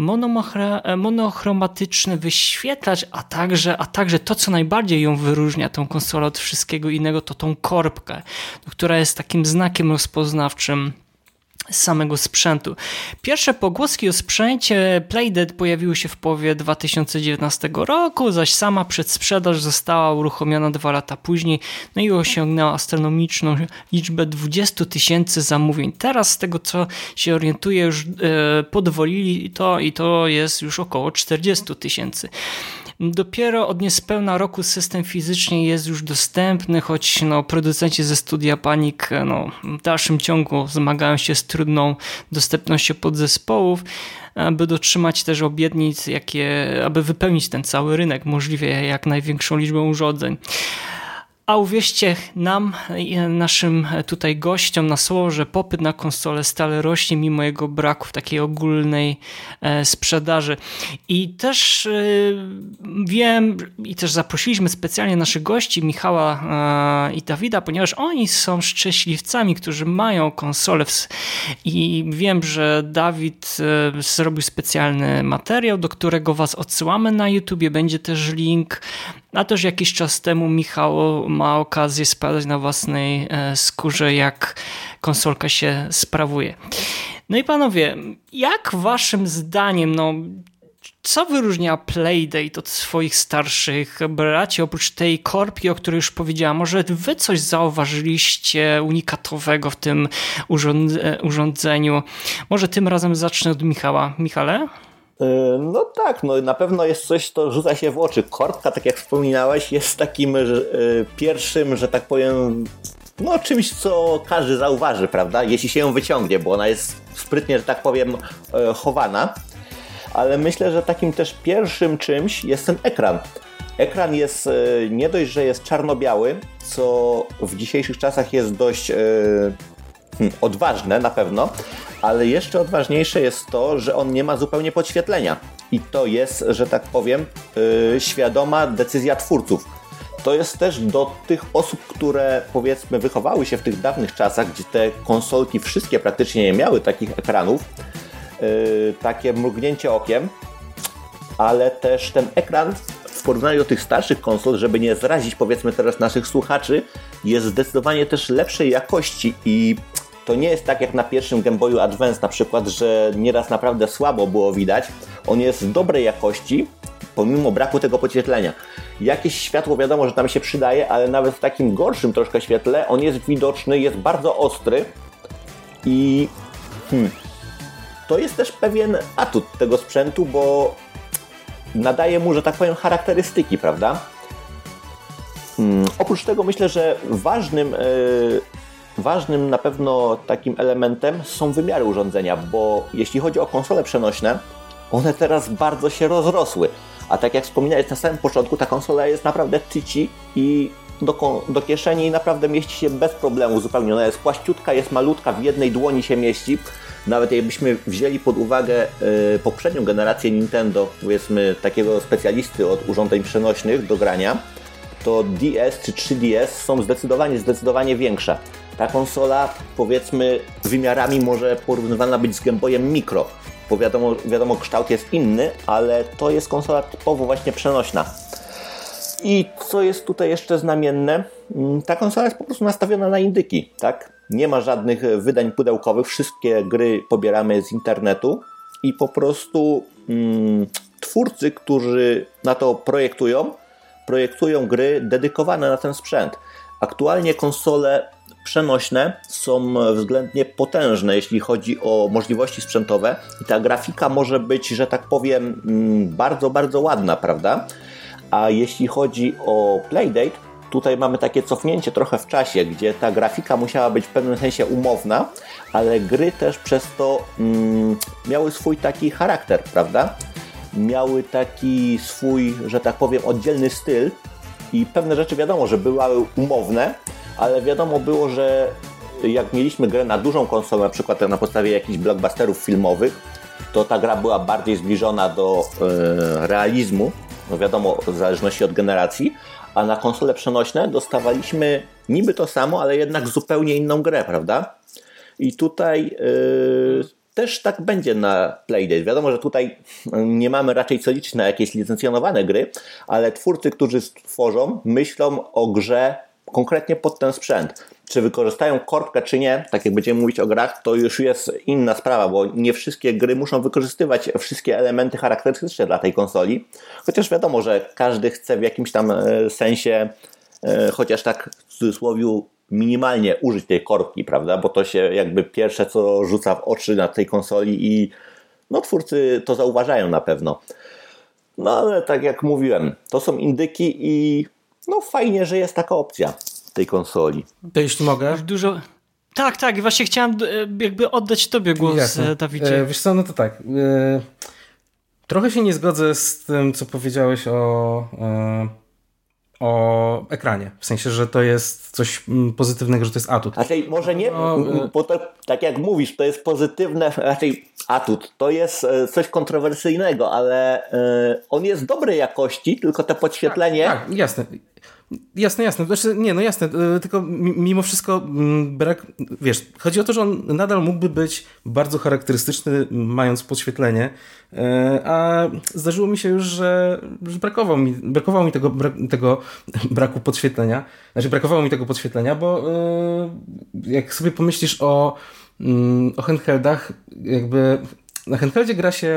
monochromatyczny wyświetlacz, a także to, co najbardziej ją wyróżnia, tą konsolę od wszystkiego innego, to tą korbkę, która jest takim znakiem rozpoznawczym samego sprzętu. Pierwsze pogłoski o sprzęcie Playdate pojawiły się w połowie 2019 roku, zaś sama przedsprzedaż została uruchomiona 2 lata później, i osiągnęła astronomiczną liczbę 20 000 zamówień. Teraz z tego, co się orientuję, już podwolili to i to jest już około 40 000. Dopiero od niespełna roku system fizycznie jest już dostępny, choć producenci ze studia Panic w dalszym ciągu zmagają się z trudną dostępnością podzespołów, aby dotrzymać też obietnic, aby wypełnić ten cały rynek, możliwie jak największą liczbę urządzeń. A uwierzcie nam, naszym tutaj gościom, na słowo, że popyt na konsolę stale rośnie mimo jego braku w takiej ogólnej sprzedaży. I też wiem, i też zaprosiliśmy specjalnie naszych gości, Michała i Dawida, ponieważ oni są szczęśliwcami, którzy mają konsolę. I wiem, że Dawid zrobił specjalny materiał, do którego was odsyłamy na YouTubie. Będzie też link, a też jakiś czas temu Michał ma okazję sprawdzać na własnej skórze, jak konsolka się sprawuje. I panowie, jak waszym zdaniem, co wyróżnia Playdate od swoich starszych braci, oprócz tej korbki, o której już powiedziałam? Może wy coś zauważyliście unikatowego w tym urządzeniu? Może tym razem zacznę od Michała. Michale? Tak, na pewno jest coś, co rzuca się w oczy. Korbka, tak jak wspominałeś, jest takim pierwszym, że tak powiem, czymś, co każdy zauważy, prawda? Jeśli się ją wyciągnie, bo ona jest sprytnie, że tak powiem, chowana. Ale myślę, że takim też pierwszym czymś jest ten ekran. Ekran jest nie dość, że jest czarno-biały, co w dzisiejszych czasach jest dość odważne na pewno, ale jeszcze odważniejsze jest to, że on nie ma zupełnie podświetlenia. I to jest, że tak powiem, świadoma decyzja twórców. To jest też do tych osób, które powiedzmy wychowały się w tych dawnych czasach, gdzie te konsolki wszystkie praktycznie nie miały takich ekranów, takie mrugnięcie okiem, ale też ten ekran w porównaniu do tych starszych konsol, żeby nie zrazić powiedzmy teraz naszych słuchaczy, jest zdecydowanie też lepszej jakości i to nie jest tak jak na pierwszym Game Boyu Advance na przykład, że nieraz naprawdę słabo było widać. On jest dobrej jakości, pomimo braku tego podświetlenia. Jakieś światło wiadomo, że tam się przydaje, ale nawet w takim gorszym troszkę świetle on jest widoczny, jest bardzo ostry i to jest też pewien atut tego sprzętu, bo nadaje mu, że tak powiem, charakterystyki, prawda? Oprócz tego myślę, że ważnym na pewno takim elementem są wymiary urządzenia, bo jeśli chodzi o konsole przenośne, one teraz bardzo się rozrosły. A tak jak wspominałeś na samym początku, ta konsola jest naprawdę tyci i do kieszeni naprawdę mieści się bez problemu zupełnie. Ona jest płaściutka, jest malutka, w jednej dłoni się mieści. Nawet jakbyśmy wzięli pod uwagę poprzednią generację Nintendo, powiedzmy takiego specjalisty od urządzeń przenośnych do grania, to DS czy 3DS są zdecydowanie większe. Ta konsola, powiedzmy, wymiarami może porównywana być z Game Boyem Micro, bo wiadomo kształt jest inny, ale to jest konsola typowo właśnie przenośna. I co jest tutaj jeszcze znamienne, ta konsola jest po prostu nastawiona na indyki, tak? Nie ma żadnych wydań pudełkowych, wszystkie gry pobieramy z internetu i po prostu twórcy, którzy na to projektują gry dedykowane na ten sprzęt. Aktualnie konsole przenośne są względnie potężne, jeśli chodzi o możliwości sprzętowe i ta grafika może być, że tak powiem, bardzo, bardzo ładna, prawda? A jeśli chodzi o Playdate, tutaj mamy takie cofnięcie trochę w czasie, gdzie ta grafika musiała być w pewnym sensie umowna, ale gry też przez to miały swój taki charakter, prawda? Miały taki swój, że tak powiem, oddzielny styl i pewne rzeczy wiadomo, że były umowne, ale wiadomo było, że jak mieliśmy grę na dużą konsolę, na przykład na podstawie jakichś blockbusterów filmowych, to ta gra była bardziej zbliżona do realizmu, no wiadomo, w zależności od generacji, a na konsole przenośne dostawaliśmy niby to samo, ale jednak zupełnie inną grę, prawda? I tutaj też tak będzie na Playdate. Wiadomo, że tutaj nie mamy raczej co liczyć na jakieś licencjonowane gry, ale twórcy, którzy tworzą, myślą o grze konkretnie pod ten sprzęt. Czy wykorzystają korbkę, czy nie, tak jak będziemy mówić o grach, to już jest inna sprawa, bo nie wszystkie gry muszą wykorzystywać wszystkie elementy charakterystyczne dla tej konsoli. Chociaż wiadomo, że każdy chce w jakimś tam sensie, chociaż tak w cudzysłowie, minimalnie użyć tej korbki, prawda? Bo to się jakby pierwsze, co rzuca w oczy na tej konsoli i no twórcy to zauważają na pewno. No ale tak jak mówiłem, to są indyki i no fajnie, że jest taka opcja tej konsoli. To jeśli mogę? Dużo... Tak, właśnie chciałem jakby oddać tobie głos, jasne. Dawidzie. Wiesz co, no to tak. Trochę się nie zgodzę z tym, co powiedziałeś o ekranie. W sensie, że to jest coś pozytywnego, że to jest atut. Raczej może nie, bo to, tak jak mówisz, to jest pozytywne, raczej atut. To jest coś kontrowersyjnego, ale on jest dobrej jakości, tylko to podświetlenie... Tak, jasne. Jasne. Znaczy, nie, no jasne, tylko mimo wszystko brak, wiesz, chodzi o to, że on nadal mógłby być bardzo charakterystyczny, mając podświetlenie, a zdarzyło mi się już, że brakowało mi tego braku podświetlenia. Znaczy, brakowało mi tego podświetlenia, bo jak sobie pomyślisz o handheldach, jakby na handheldzie gra się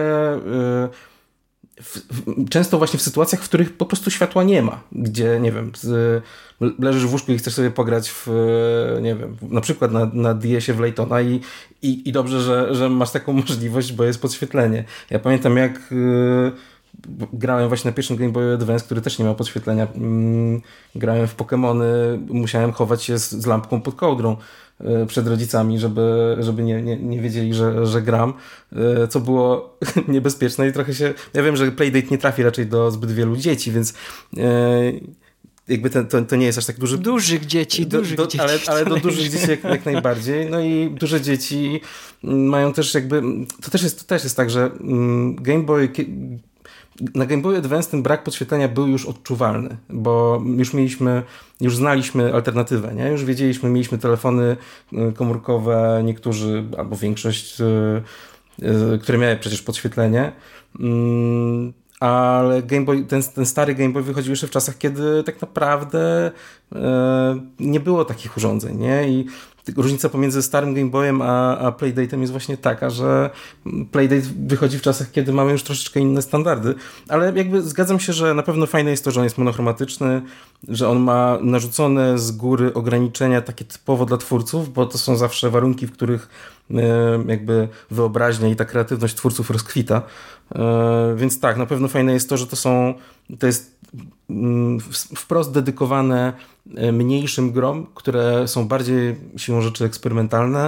często właśnie w sytuacjach, w których po prostu światła nie ma, gdzie, nie wiem, leżysz w łóżku i chcesz sobie pograć w, nie wiem, na przykład na DS-ie w Laytona i dobrze, że masz taką możliwość, bo jest podświetlenie. Ja pamiętam, jak grałem właśnie na pierwszym Game Boy Advance, który też nie miał podświetlenia. Grałem w Pokemony, musiałem chować się z lampką pod kołdrą przed rodzicami, żeby nie wiedzieli, że gram, co było niebezpieczne i trochę się... Ja wiem, że Playdate nie trafi raczej do zbyt wielu dzieci, więc jakby to nie jest aż tak duży... Dużych dzieci. Ale do dużych dzieci jak najbardziej. No i duże dzieci mają też jakby... To też jest tak, że na Game Boy Advance ten brak podświetlenia był już odczuwalny, bo już znaliśmy alternatywę, nie? Już wiedzieliśmy, mieliśmy telefony komórkowe, niektórzy, albo większość, które miały przecież podświetlenie, ale Game Boy, ten stary Game Boy wychodził jeszcze w czasach, kiedy tak naprawdę nie było takich urządzeń, nie? I różnica pomiędzy starym Game Boyem a Playdate'em jest właśnie taka, że Playdate wychodzi w czasach, kiedy mamy już troszeczkę inne standardy, ale jakby zgadzam się, że na pewno fajne jest to, że on jest monochromatyczny, że on ma narzucone z góry ograniczenia takie typowo dla twórców, bo to są zawsze warunki, w których jakby wyobraźnia i ta kreatywność twórców rozkwita. Więc tak, na pewno fajne jest to, że to jest wprost dedykowane mniejszym grom, które są bardziej siłą rzeczy eksperymentalne.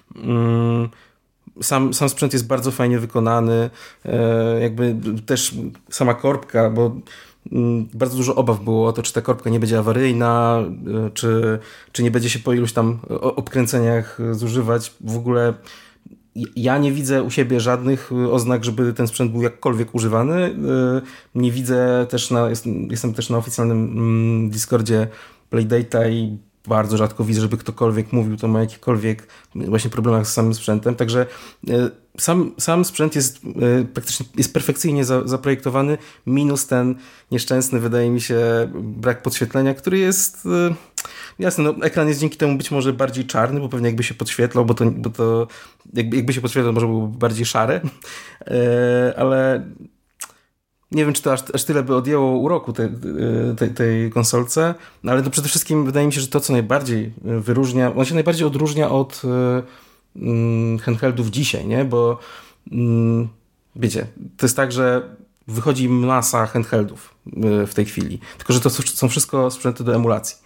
Sam sprzęt jest bardzo fajnie wykonany. Jakby też sama korbka, bo bardzo dużo obaw było o to, czy ta korbka nie będzie awaryjna, czy nie będzie się po iluś tam obkręceniach zużywać. W ogóle ja nie widzę u siebie żadnych oznak, żeby ten sprzęt był jakkolwiek używany. Nie widzę też jestem też na oficjalnym Discordzie Playdate'a i bardzo rzadko widzę, żeby ktokolwiek mówił to o jakichkolwiek właśnie problemach z samym sprzętem, także sam sprzęt jest praktycznie perfekcyjnie zaprojektowany, minus ten nieszczęsny, wydaje mi się, brak podświetlenia, który jest jasne, no ekran jest dzięki temu być może bardziej czarny, bo pewnie jakby się podświetlał, bo to jakby się podświetlał, może byłby bardziej szare, ale nie wiem, czy to aż tyle by odjęło uroku tej konsolce, no ale to przede wszystkim wydaje mi się, że to, co najbardziej wyróżnia, on się najbardziej odróżnia od handheldów dzisiaj, nie? Bo wiecie, to jest tak, że wychodzi masa handheldów w tej chwili, tylko że to są wszystko sprzęty do emulacji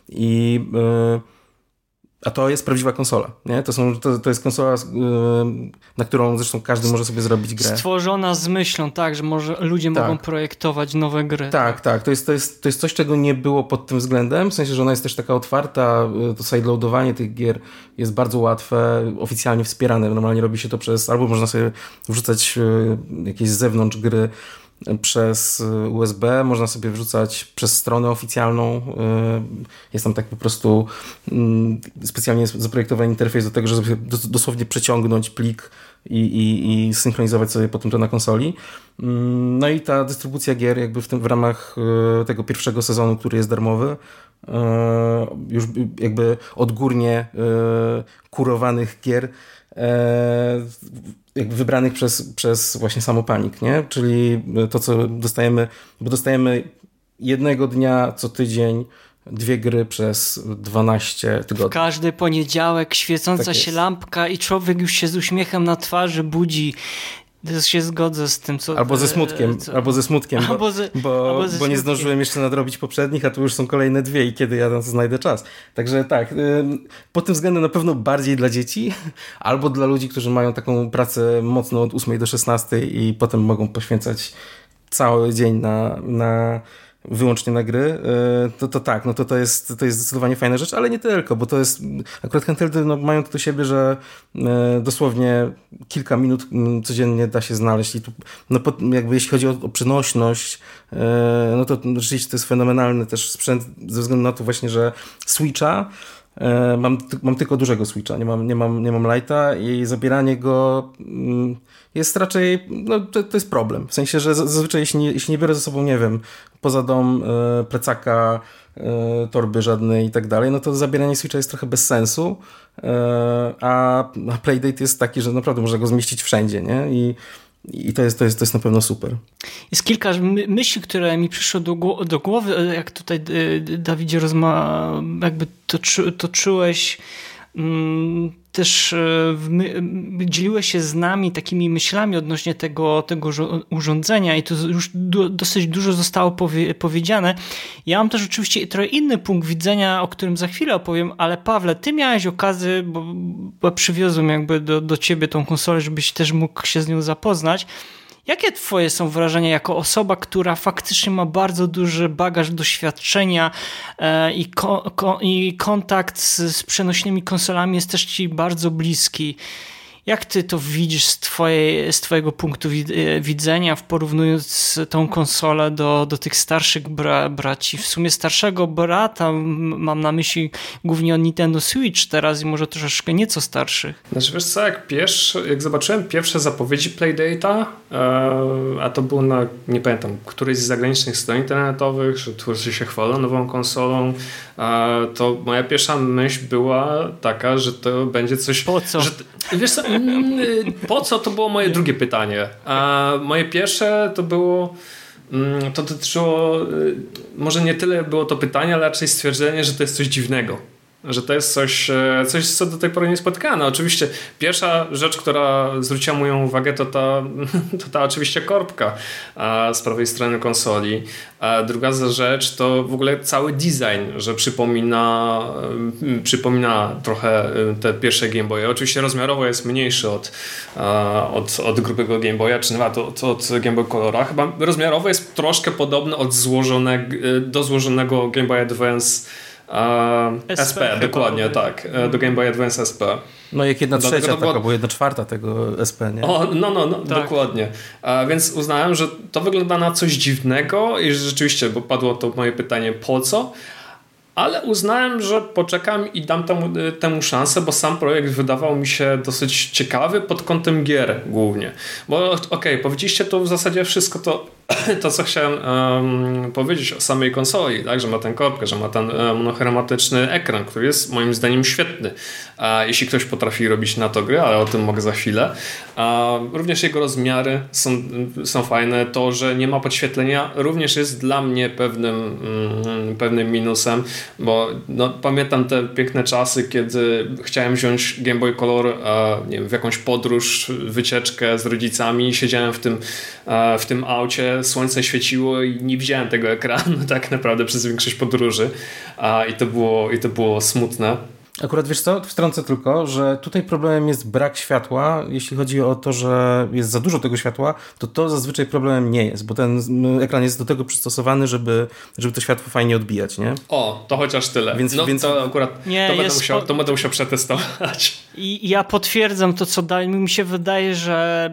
a to jest prawdziwa konsola, nie? To jest konsola, na którą zresztą każdy może sobie zrobić grę. Stworzona z myślą, tak, że ludzie mogą projektować nowe gry. Tak. To jest coś, czego nie było pod tym względem, w sensie, że ona jest też taka otwarta, to sideloadowanie tych gier jest bardzo łatwe, oficjalnie wspierane. Normalnie robi się to albo można sobie wrzucać jakieś z zewnątrz gry przez USB, można sobie wrzucać przez stronę oficjalną. Jest tam tak po prostu specjalnie zaprojektowany interfejs do tego, żeby dosłownie przeciągnąć plik i synchronizować sobie potem to na konsoli. No i ta dystrybucja gier jakby w ramach tego pierwszego sezonu, który jest darmowy, już jakby odgórnie kurowanych gier jakby wybranych przez właśnie Samopanic, nie? Czyli to, co dostajemy, bo dostajemy jednego dnia co tydzień 2 gry przez 12 tygodni. W każdy poniedziałek świecąca się lampka i człowiek już się z uśmiechem na twarzy budzi. To się zgodzę z tym, co... Albo ze smutkiem, bo nie zdążyłem jeszcze nadrobić poprzednich, a tu już są kolejne 2 i kiedy ja na to znajdę czas. Także tak, pod tym względem na pewno bardziej dla dzieci, albo dla ludzi, którzy mają taką pracę mocno od 8 do 16 i potem mogą poświęcać cały dzień wyłącznie na gry, to tak, no to jest zdecydowanie fajna rzecz, ale nie tylko, bo to jest, akurat handheldy mają to do siebie, że dosłownie kilka minut codziennie da się znaleźć i tu, jakby jeśli chodzi o przenośność, no to rzeczywiście to jest fenomenalny też sprzęt ze względu na to właśnie, że Switcha mam tylko dużego Switcha, nie mam Lite'a i zabieranie go jest raczej, no to jest problem. W sensie, że zazwyczaj jeśli nie biorę ze sobą, nie wiem, poza dom, plecaka, torby żadnej i tak dalej, no to zabieranie Switcha jest trochę bez sensu, a Playdate jest taki, że naprawdę można go zmieścić wszędzie, nie? I to jest na pewno super. Jest kilka myśli, które mi przyszły do głowy, jak tutaj, Dawidzie, jakby toczyłeś, też dzieliłeś się z nami takimi myślami odnośnie tego urządzenia i to już dosyć dużo zostało powiedziane. Ja mam też oczywiście trochę inny punkt widzenia, o którym za chwilę opowiem, ale Pawle, ty miałeś okazję, bo przywiozłem jakby do ciebie tą konsolę, żebyś też mógł się z nią zapoznać. Jakie twoje są wrażenia jako osoba, która faktycznie ma bardzo duży bagaż doświadczenia i kontakt z przenośnymi konsolami jest też ci bardzo bliski? Jak ty to widzisz z twojego punktu widzenia, porównując tą konsolę do tych starszych braci? W sumie starszego brata mam na myśli głównie o Nintendo Switch teraz i może troszeczkę nieco starszych. Znaczy wiesz co, jak zobaczyłem pierwsze zapowiedzi Playdate'a, a to było na, nie pamiętam, którejś z zagranicznych stron internetowych, że twórcy się chwalą nową konsolą, to moja pierwsza myśl była taka, że to będzie coś... Po co? Wiesz co, po co? To było moje drugie pytanie. A moje pierwsze to było... To dotyczyło... Może nie tyle było to pytanie, ale raczej stwierdzenie, że to jest coś dziwnego. Że to jest coś, co do tej pory nie spotkane. Oczywiście pierwsza rzecz, która zwróciła moją uwagę, to ta oczywiście korbka z prawej strony konsoli. A druga rzecz to w ogóle cały design, że przypomina trochę te pierwsze Game Boye. Oczywiście rozmiarowo jest mniejszy od grubego Game Boya, czy nawet od Game Boy Colora. Chyba rozmiarowo jest troszkę podobny do złożonego Game Boy Advance SP dokładnie, tak. Do Game Boy Advance SP. No jak 1/3 albo 1/4 tego SP, nie? No, tak. Dokładnie. Więc uznałem, że to wygląda na coś dziwnego i rzeczywiście, bo padło to moje pytanie, po co? ale uznałem, że poczekam i dam temu szansę, bo sam projekt wydawał mi się dosyć ciekawy pod kątem gier głównie. Bo powiedzieliście to w zasadzie wszystko to co chciałem powiedzieć o samej konsoli, tak? Że ma tę korbkę, że ma ten monochromatyczny ekran, który jest moim zdaniem świetny. Jeśli ktoś potrafi robić na to gry, ale o tym mogę za chwilę. Również jego rozmiary są fajne. To, że nie ma podświetlenia, również jest dla mnie pewnym minusem, bo pamiętam te piękne czasy, kiedy chciałem wziąć Game Boy Color nie wiem, w jakąś podróż, wycieczkę z rodzicami, siedziałem w tym aucie, słońce świeciło i nie widziałem tego ekranu tak naprawdę przez większość podróży i to było smutne. Akurat wiesz co, wtrącę tylko, że tutaj problemem jest brak światła. Jeśli chodzi o to, że jest za dużo tego światła, to zazwyczaj problemem nie jest, bo ten ekran jest do tego przystosowany, żeby to światło fajnie odbijać, nie? To chociaż tyle. Więc to akurat nie, to będę musiał przetestować. I ja potwierdzam to, co daje. Mi się wydaje, że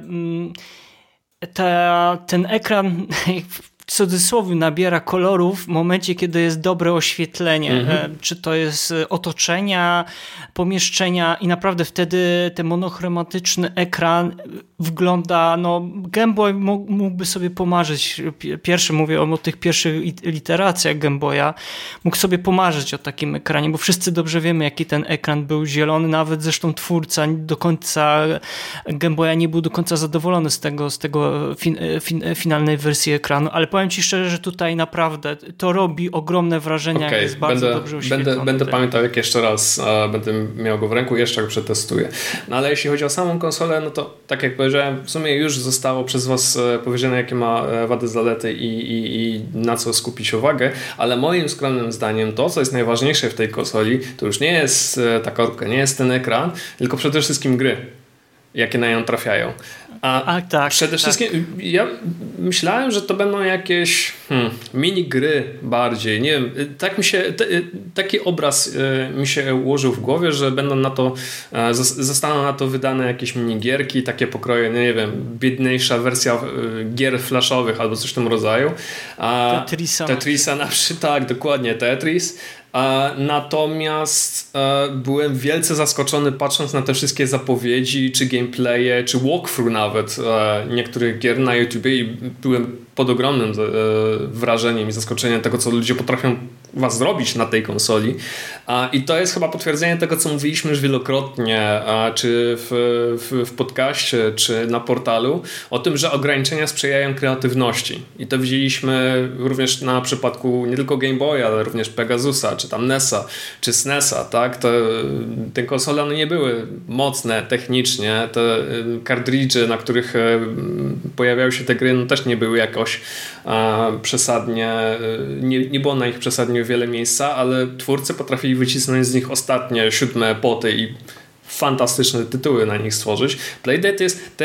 ten ekran w cudzysłowie nabiera kolorów w momencie, kiedy jest dobre oświetlenie. Czy to jest otoczenia, pomieszczenia i naprawdę wtedy ten monochromatyczny ekran wygląda, Game Boy mógłby sobie pomarzyć. Mówię o tych pierwszych iteracjach Game Boya. Mógł sobie pomarzyć o takim ekranie, bo wszyscy dobrze wiemy, jaki ten ekran był zielony. Nawet zresztą twórca do końca Game Boya nie był do końca zadowolony z tego finalnej wersji ekranu, ale powiem ci szczerze, że tutaj naprawdę to robi ogromne wrażenie, jak jest bardzo dobrze oświetlony. Będę pamiętał, jak jeszcze raz będę miał go w ręku, jeszcze go przetestuję. No ale jeśli chodzi o samą konsolę, to tak jak powiedziałem, w sumie już zostało przez was powiedziane, jakie ma wady, zalety i na co skupić uwagę, ale moim skromnym zdaniem to, co jest najważniejsze w tej konsoli, to już nie jest ta korbka, nie jest ten ekran, tylko przede wszystkim gry, jakie na nią trafiają. Tak, przede wszystkim ja myślałem, że to będą jakieś mini gry bardziej. Nie wiem, taki obraz mi się ułożył w głowie, że zostaną na to wydane jakieś minigierki, takie pokroje, nie wiem, biedniejsza wersja gier flashowych albo coś w tym rodzaju. Tetrisa na przykład, tak, dokładnie, Tetris. Natomiast byłem wielce zaskoczony, patrząc na te wszystkie zapowiedzi, czy gameplaye, czy walkthrough nawet niektórych gier na YouTubie i byłem pod ogromnym wrażeniem i zaskoczeniem tego, co ludzie potrafią zrobić na tej konsoli. I to jest chyba potwierdzenie tego, co mówiliśmy już wielokrotnie, czy w podcaście, czy na portalu, o tym, że ograniczenia sprzyjają kreatywności. I to widzieliśmy również na przypadku nie tylko Game Boya, ale również Pegasusa, czy tam NES-a, czy SNES-a, tak? Te konsole one nie były mocne technicznie, te kartridże, na których pojawiały się te gry, też nie były jakoś przesadnie, nie było na nich przesadnie wiele miejsca, ale twórcy potrafili wycisnąć z nich ostatnie 7 poty i fantastyczne tytuły na nich stworzyć. Playdate jest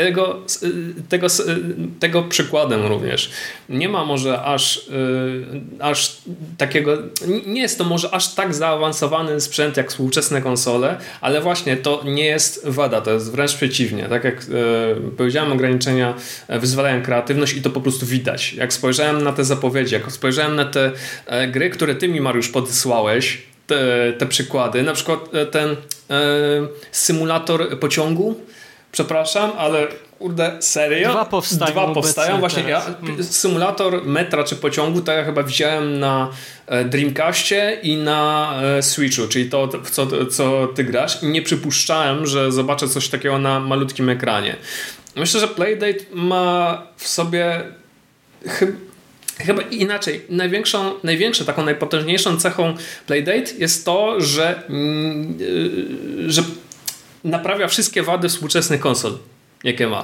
tego przykładem również. Nie ma może aż takiego, nie jest to może aż tak zaawansowany sprzęt jak współczesne konsole, ale właśnie to nie jest wada, to jest wręcz przeciwnie. Tak jak powiedziałem, ograniczenia wyzwalają kreatywność i to po prostu widać. Jak spojrzałem na te zapowiedzi, jak spojrzałem na te gry, które ty mi, Mariusz, podesłałeś, te przykłady, na przykład ten symulator pociągu, przepraszam, ale kurde, serio? Dwa powstają. Właśnie symulator metra czy pociągu to ja chyba widziałem na Dreamcastie i na Switchu, czyli to, co ty grasz, i nie przypuszczałem, że zobaczę coś takiego na malutkim ekranie. Myślę, że Playdate ma w sobie chyba inaczej. Największą, taką najpotężniejszą cechą Playdate jest to, że naprawia wszystkie wady współczesnych konsol, jakie ma.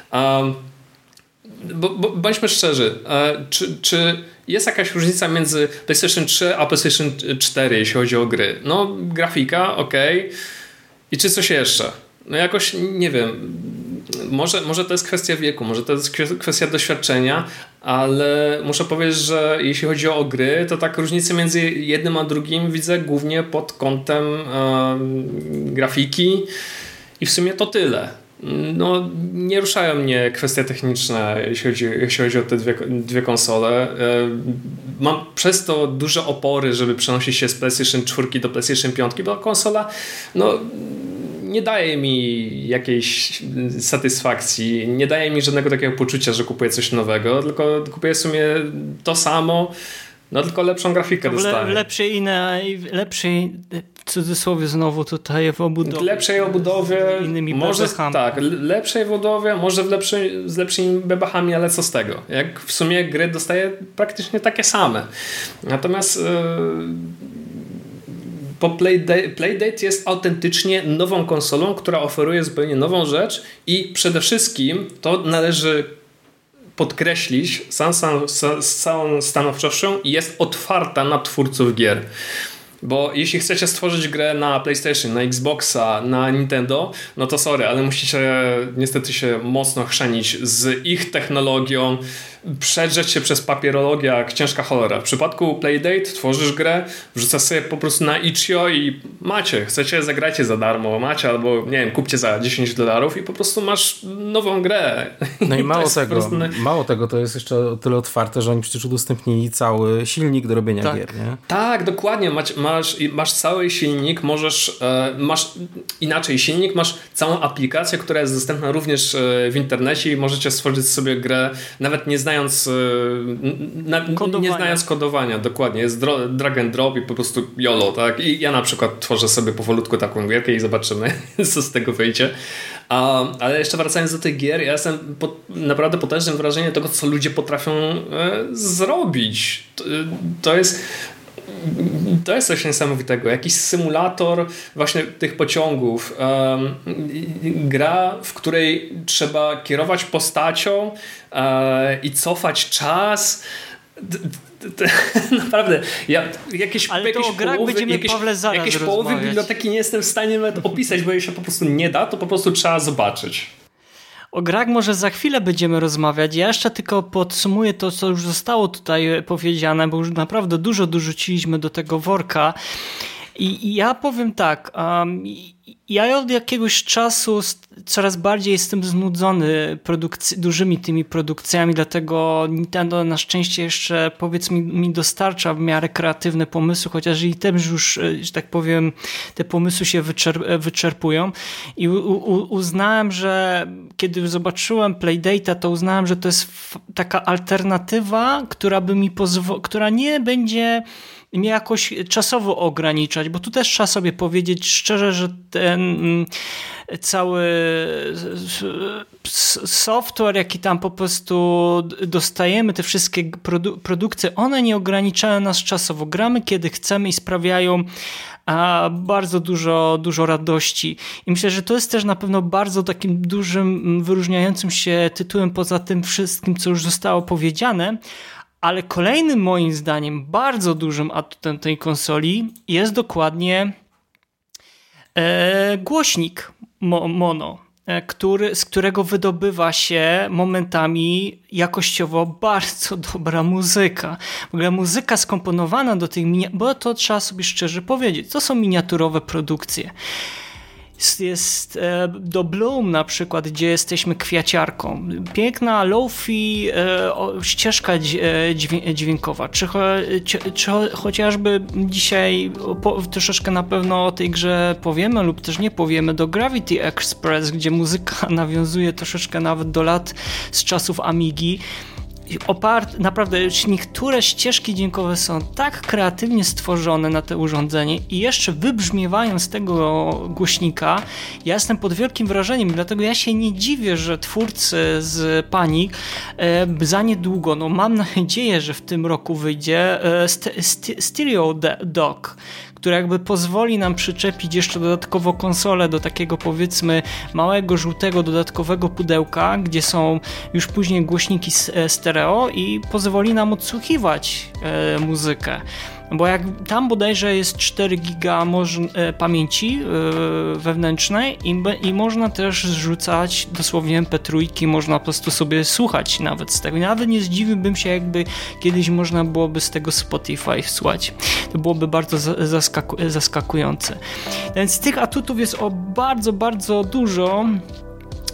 Bądźmy szczerzy, czy jest jakaś różnica między PlayStation 3 a PlayStation 4, jeśli chodzi o gry? Grafika, okej. I czy coś jeszcze? Jakoś, nie wiem, może to jest kwestia wieku, może to jest kwestia doświadczenia, ale muszę powiedzieć, że jeśli chodzi o gry, to tak różnice między jednym a drugim widzę głównie pod kątem grafiki i w sumie to tyle. no, nie ruszają mnie kwestie techniczne, jeśli chodzi o te dwie konsole. Mam przez to duże opory, żeby przenosić się z PlayStation 4 do PlayStation 5, bo konsola no, nie daje mi jakiejś satysfakcji, nie daje mi żadnego takiego poczucia, że kupuję coś nowego, tylko kupuję w sumie to samo, no tylko lepszą grafikę dostaję. Lepszej w cudzysłowie znowu tutaj w obudowie. Lepszej obudowie, może tak, lepszej obudowie, może z lepszymi bebachami, ale co z tego? Jak w sumie gry dostaję praktycznie takie same. Natomiast Playdate jest autentycznie nową konsolą, która oferuje zupełnie nową rzecz i przede wszystkim to należy podkreślić z całą stanowczością, jest otwarta na twórców gier. Bo jeśli chcecie stworzyć grę na PlayStation, na Xboxa, na Nintendo, no to sorry, ale musicie niestety się mocno chrzanić z ich technologią, przedrzeć się przez papierologię jak ciężka cholera. W przypadku Playdate tworzysz grę, wrzucasz sobie po prostu na itch.io i macie, chcecie, zagrajcie za darmo, macie albo nie wiem, kupcie za $10 i po prostu masz nową grę. No i mało tego, to jest jeszcze o tyle otwarte, że oni przecież udostępnili cały silnik do robienia gier, nie? Tak, dokładnie. Masz cały silnik, masz całą aplikację, która jest dostępna również w internecie i możecie stworzyć sobie grę, nawet nie znając kodowania, dokładnie. Jest drag and drop i po prostu YOLO, tak? I ja na przykład tworzę sobie powolutku taką gierkę i zobaczymy, co z tego wyjdzie. Ale jeszcze wracając do tych gier, ja jestem pod naprawdę potężnym wrażeniem tego, co ludzie potrafią zrobić. To jest coś niesamowitego. Jakiś symulator właśnie tych pociągów. Gra, w której trzeba kierować postacią i cofać czas. Naprawdę, jakieś połowy biblioteki nie jestem w stanie nawet opisać, bo jej się po prostu nie da, to po prostu trzeba zobaczyć. O grach może za chwilę będziemy rozmawiać. Ja jeszcze tylko podsumuję to, co już zostało tutaj powiedziane, bo już naprawdę dużo dorzuciliśmy do tego worka. I ja powiem tak, ja od jakiegoś czasu coraz bardziej jestem znudzony dużymi tymi produkcjami, dlatego Nintendo na szczęście jeszcze mi dostarcza w miarę kreatywne pomysły, chociaż i też już, że tak powiem, te pomysły się wyczerpują i uznałem, że kiedy zobaczyłem Playdate'a, to uznałem, że to jest taka alternatywa, która nie będzie mnie jakoś czasowo ograniczać, bo tu też trzeba sobie powiedzieć szczerze, że ten cały software, jaki tam po prostu dostajemy, te wszystkie produkcje, one nie ograniczają nas czasowo. Gramy kiedy chcemy i sprawiają bardzo dużo radości. I myślę, że to jest też na pewno bardzo takim dużym, wyróżniającym się tytułem poza tym wszystkim, co już zostało powiedziane. Ale kolejnym moim zdaniem bardzo dużym atutem tej konsoli jest dokładnie głośnik mono, z którego wydobywa się momentami jakościowo bardzo dobra muzyka. W ogóle muzyka skomponowana do tych bo to trzeba sobie szczerze powiedzieć, to są miniaturowe produkcje. Jest do Bloom na przykład, gdzie jesteśmy kwiaciarką. Piękna lo-fi ścieżka dźwiękowa. Czy chociażby dzisiaj troszeczkę na pewno o tej grze powiemy lub też nie powiemy, do Gravity Express, gdzie muzyka nawiązuje troszeczkę nawet do lat z czasów Amigi. Naprawdę niektóre ścieżki dźwiękowe są tak kreatywnie stworzone na to urządzenie i jeszcze wybrzmiewają z tego głośnika. Ja jestem pod wielkim wrażeniem, dlatego ja się nie dziwię, że twórcy z Panic za niedługo, mam nadzieję, że w tym roku wyjdzie Stereo Dock, która jakby pozwoli nam przyczepić jeszcze dodatkowo konsolę do takiego, powiedzmy, małego, żółtego, dodatkowego pudełka, gdzie są już później głośniki stereo i pozwoli nam odsłuchiwać muzykę. Bo jak tam bodajże jest 4 giga pamięci wewnętrznej i można też zrzucać dosłownie MP3, można po prostu sobie słuchać nawet z tego. Nawet nie zdziwiłbym się, jakby kiedyś można byłoby z tego Spotify słuchać. To byłoby bardzo zaskakujące. Więc tych atutów jest bardzo, bardzo dużo.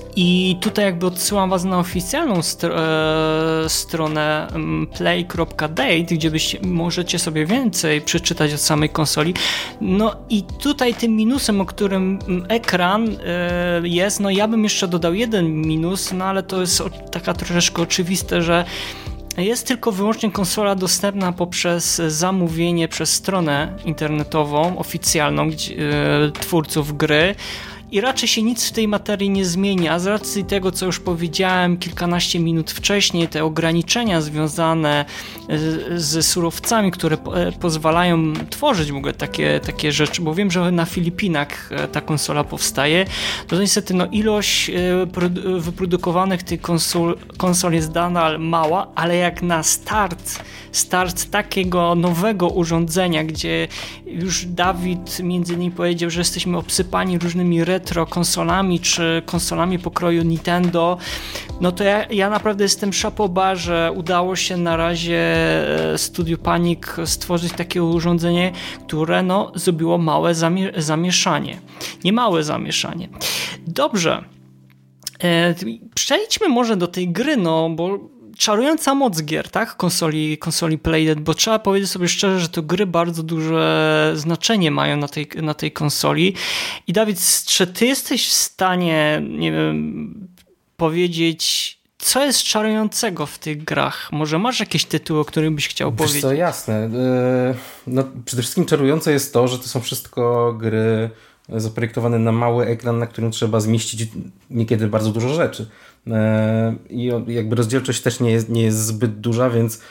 I tutaj jakby odsyłam was na oficjalną stronę play.date, gdzie możecie sobie więcej przeczytać o samej konsoli. No i tutaj tym minusem, o którym ekran jest, no ja bym jeszcze dodał jeden minus, no ale to jest taka troszeczkę oczywiste, że jest tylko wyłącznie konsola dostępna poprzez zamówienie przez stronę internetową oficjalną twórców gry. I raczej się nic w tej materii nie zmienia, z racji tego, co już powiedziałem kilkanaście minut wcześniej, te ograniczenia związane z surowcami, które pozwalają tworzyć w ogóle takie rzeczy, bo wiem, że na Filipinach ta konsola powstaje, to niestety ilość wyprodukowanych tych konsol jest nadal mała, ale jak na start takiego nowego urządzenia, gdzie już Dawid między innymi powiedział, że jesteśmy obsypani różnymi retro konsolami, czy konsolami pokroju Nintendo, no to ja naprawdę jestem szapoba, że udało się na razie Studiu Panic stworzyć takie urządzenie, które zrobiło małe zamieszanie. Nie małe zamieszanie. Dobrze. Przejdźmy może do tej gry, bo czarująca moc gier, tak? Konsoli Playdead, bo trzeba powiedzieć sobie szczerze, że to gry bardzo duże znaczenie mają na tej konsoli. I Dawid, czy ty jesteś w stanie, nie wiem, powiedzieć, co jest czarującego w tych grach? Może masz jakieś tytuły, o których byś chciał powiedzieć? Wiesz co, jasne. Przede wszystkim czarujące jest to, że to są wszystko gry zaprojektowane na mały ekran, na którym trzeba zmieścić niekiedy bardzo dużo rzeczy. I jakby rozdzielczość też nie jest zbyt duża, więc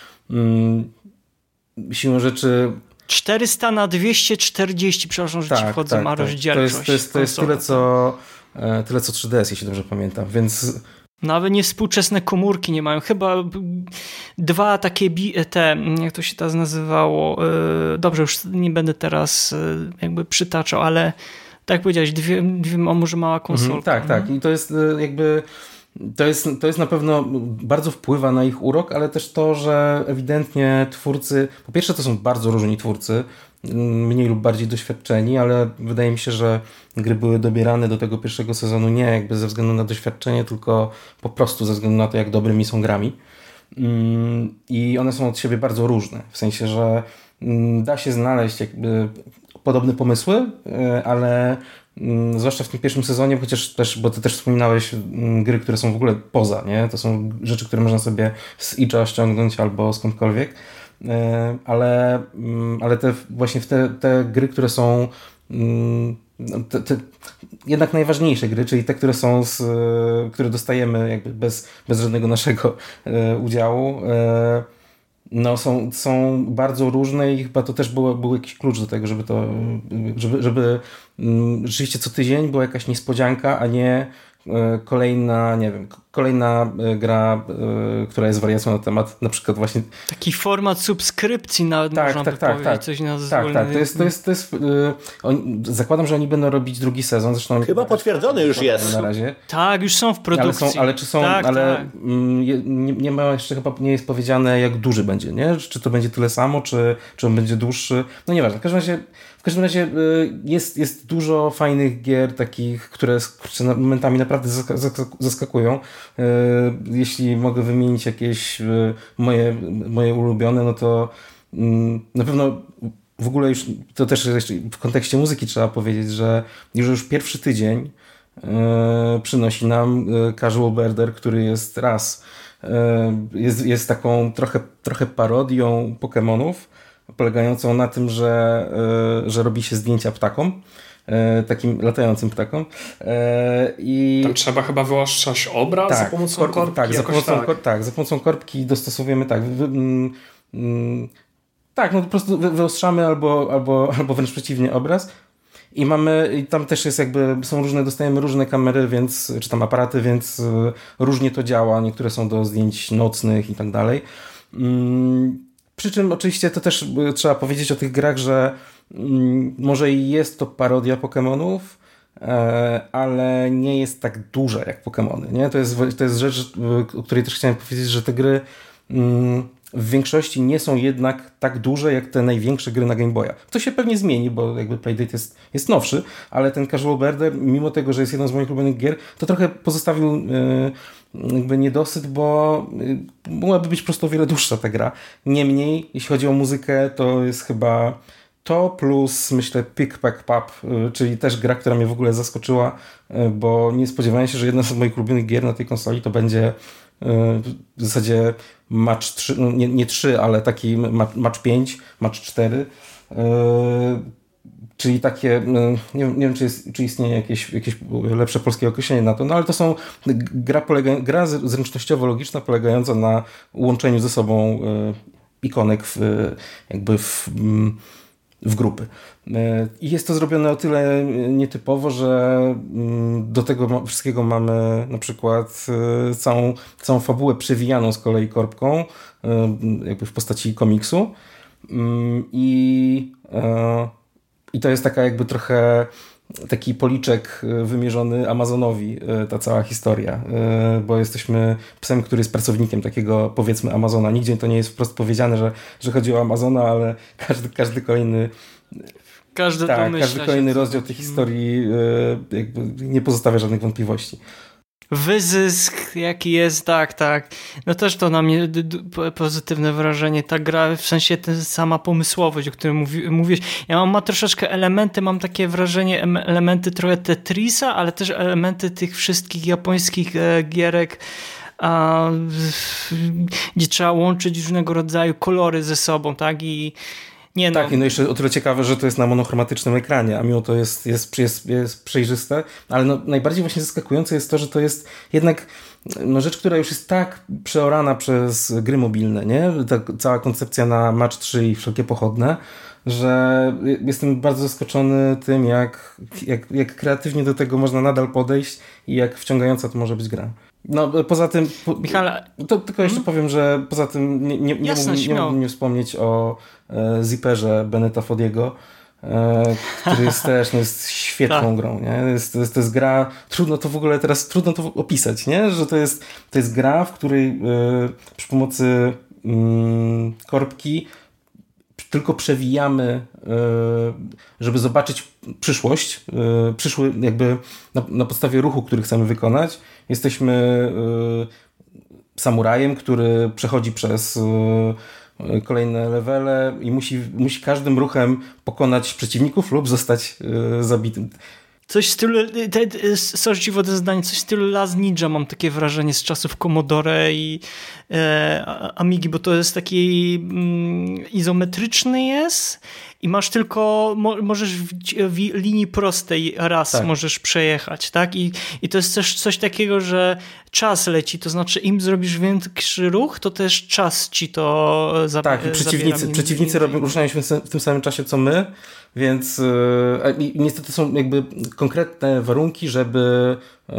siłą rzeczy 400 na 240, przepraszam, że ci wchodzę, ma rozdzielczość. To jest tyle co 3DS, jeśli dobrze pamiętam, więc nawet niewspółczesne komórki nie mają. Chyba dwa takie jak to się teraz nazywało, dobrze, już nie będę teraz jakby przytaczał, ale tak jak powiedziałeś, dwie może mała konsolka. Tak. I to jest jakby to jest na pewno bardzo wpływa na ich urok, ale też to, że ewidentnie twórcy, po pierwsze to są bardzo różni twórcy, mniej lub bardziej doświadczeni, ale wydaje mi się, że gry były dobierane do tego pierwszego sezonu nie jakby ze względu na doświadczenie, tylko po prostu ze względu na to, jak dobrymi są grami. I one są od siebie bardzo różne, w sensie, że da się znaleźć jakby podobne pomysły, ale zwłaszcza w tym pierwszym sezonie, chociaż też, bo ty też wspominałeś gry, które są w ogóle poza, nie? To są rzeczy, które można sobie z itcha ściągnąć albo skądkolwiek, ale właśnie te gry, które są te jednak najważniejsze gry, czyli te, które są które dostajemy jakby bez żadnego naszego udziału, są bardzo różne i chyba to też był jakiś klucz do tego, żeby rzeczywiście co tydzień była jakaś niespodzianka, a nie kolejna gra, która jest wariacją na temat na przykład właśnie... Taki format subskrypcji nawet można by powiedzieć. Coś na to jest zakładam, że oni będą robić drugi sezon. Zresztą chyba potwierdzony już jest. Na razie. Tak, już są w produkcji. Nie ma jeszcze chyba nie jest powiedziane, jak duży będzie, nie? Czy to będzie tyle samo, czy on będzie dłuższy. No nieważne. W każdym razie jest dużo fajnych gier takich, które momentami naprawdę zaskakują. Jeśli mogę wymienić jakieś moje ulubione, no to na pewno w ogóle już to też jeszcze w kontekście muzyki trzeba powiedzieć, że już pierwszy tydzień przynosi nam Casual Birder, który jest taką trochę parodią Pokémonów, polegającą na tym, że robi się zdjęcia ptakom, takim latającym ptakom. I tam trzeba chyba wyostrzać obraz za pomocą korbki? Za pomocą korbki dostosowujemy no po prostu wyostrzamy albo wręcz przeciwnie obraz. I tam też jest dostajemy różne kamery, czy tam aparaty, więc różnie to działa. Niektóre są do zdjęć nocnych i tak dalej. Przy czym oczywiście to też trzeba powiedzieć o tych grach, że może i jest to parodia Pokémonów, ale nie jest tak duża jak Pokémony. Nie? To jest rzecz, o której też chciałem powiedzieć, że te gry w większości nie są jednak tak duże jak te największe gry na Game Boya. To się pewnie zmieni, bo jakby Playdate jest nowszy, ale ten Casual Birder, mimo tego, że jest jedną z moich ulubionych gier, to trochę pozostawił jakby niedosyt, bo mogłaby być po prostu o wiele dłuższa ta gra. Niemniej, jeśli chodzi o muzykę, to jest chyba to plus, myślę, Pick Pack Pop, czyli też gra, która mnie w ogóle zaskoczyła, bo nie spodziewałem się, że jedna z moich ulubionych gier na tej konsoli to będzie w zasadzie match 3, no nie 3, ale taki match 5, match 4. Czyli takie, nie wiem czy istnieje jakieś lepsze polskie określenie na to, no ale to są gra zręcznościowo-logiczna polegająca na łączeniu ze sobą ikonek w grupy. I jest to zrobione o tyle nietypowo, że do tego wszystkiego mamy na przykład całą fabułę przewijaną z kolei korbką, jakby w postaci komiksu. I to jest taka jakby trochę taki policzek wymierzony Amazonowi, ta cała historia, bo jesteśmy psem, który jest pracownikiem takiego, powiedzmy, Amazona. Nigdzie to nie jest wprost powiedziane, że chodzi o Amazona, ale każdy kolejny każdy kolejny rozdział tej historii jakby nie pozostawia żadnych wątpliwości. Wyzysk, jaki jest, tak. No też to na mnie pozytywne wrażenie, ta gra, w sensie sama pomysłowość, o której mówiłeś. Ja ma troszeczkę elementy, mam takie wrażenie, elementy trochę Tetrisa, ale też elementy tych wszystkich japońskich gierek, gdzie trzeba łączyć różnego rodzaju kolory ze sobą, tak? I tak, i no jeszcze o tyle ciekawe, że to jest na monochromatycznym ekranie, a mimo to jest przejrzyste, ale no najbardziej właśnie zaskakujące jest to, że to jest jednak rzecz, która już jest tak przeorana przez gry mobilne, nie? Ta cała koncepcja na Match 3 i wszelkie pochodne, że jestem bardzo zaskoczony tym, jak kreatywnie do tego można nadal podejść i jak wciągająca to może być gra. No poza tym, Michale, to tylko jeszcze powiem, że poza tym nie mógłbym nie wspomnieć o Zipperze Beneta Fodiego, który jest też jest świetną grą. Nie? To jest gra, trudno to opisać, nie? Że to jest gra, w której przy pomocy korbki tylko przewijamy, żeby zobaczyć przyszłość, przyszły jakby na podstawie ruchu, który chcemy wykonać. Jesteśmy samurajem, który przechodzi przez kolejne levele i musi każdym ruchem pokonać przeciwników lub zostać zabitym. Coś w stylu, sorry ci wodę zdanie, coś w stylu Last Ninja, mam takie wrażenie z czasów Commodore i Amigi, bo to jest taki izometryczny jest i masz tylko, możesz w linii prostej możesz przejechać, tak? I to jest też coś takiego, że czas leci, to znaczy im zrobisz większy ruch, to też czas ci to zabiera. Tak, i przeciwnicy ruszają się w tym samym czasie co my, więc niestety są jakby konkretne warunki, żeby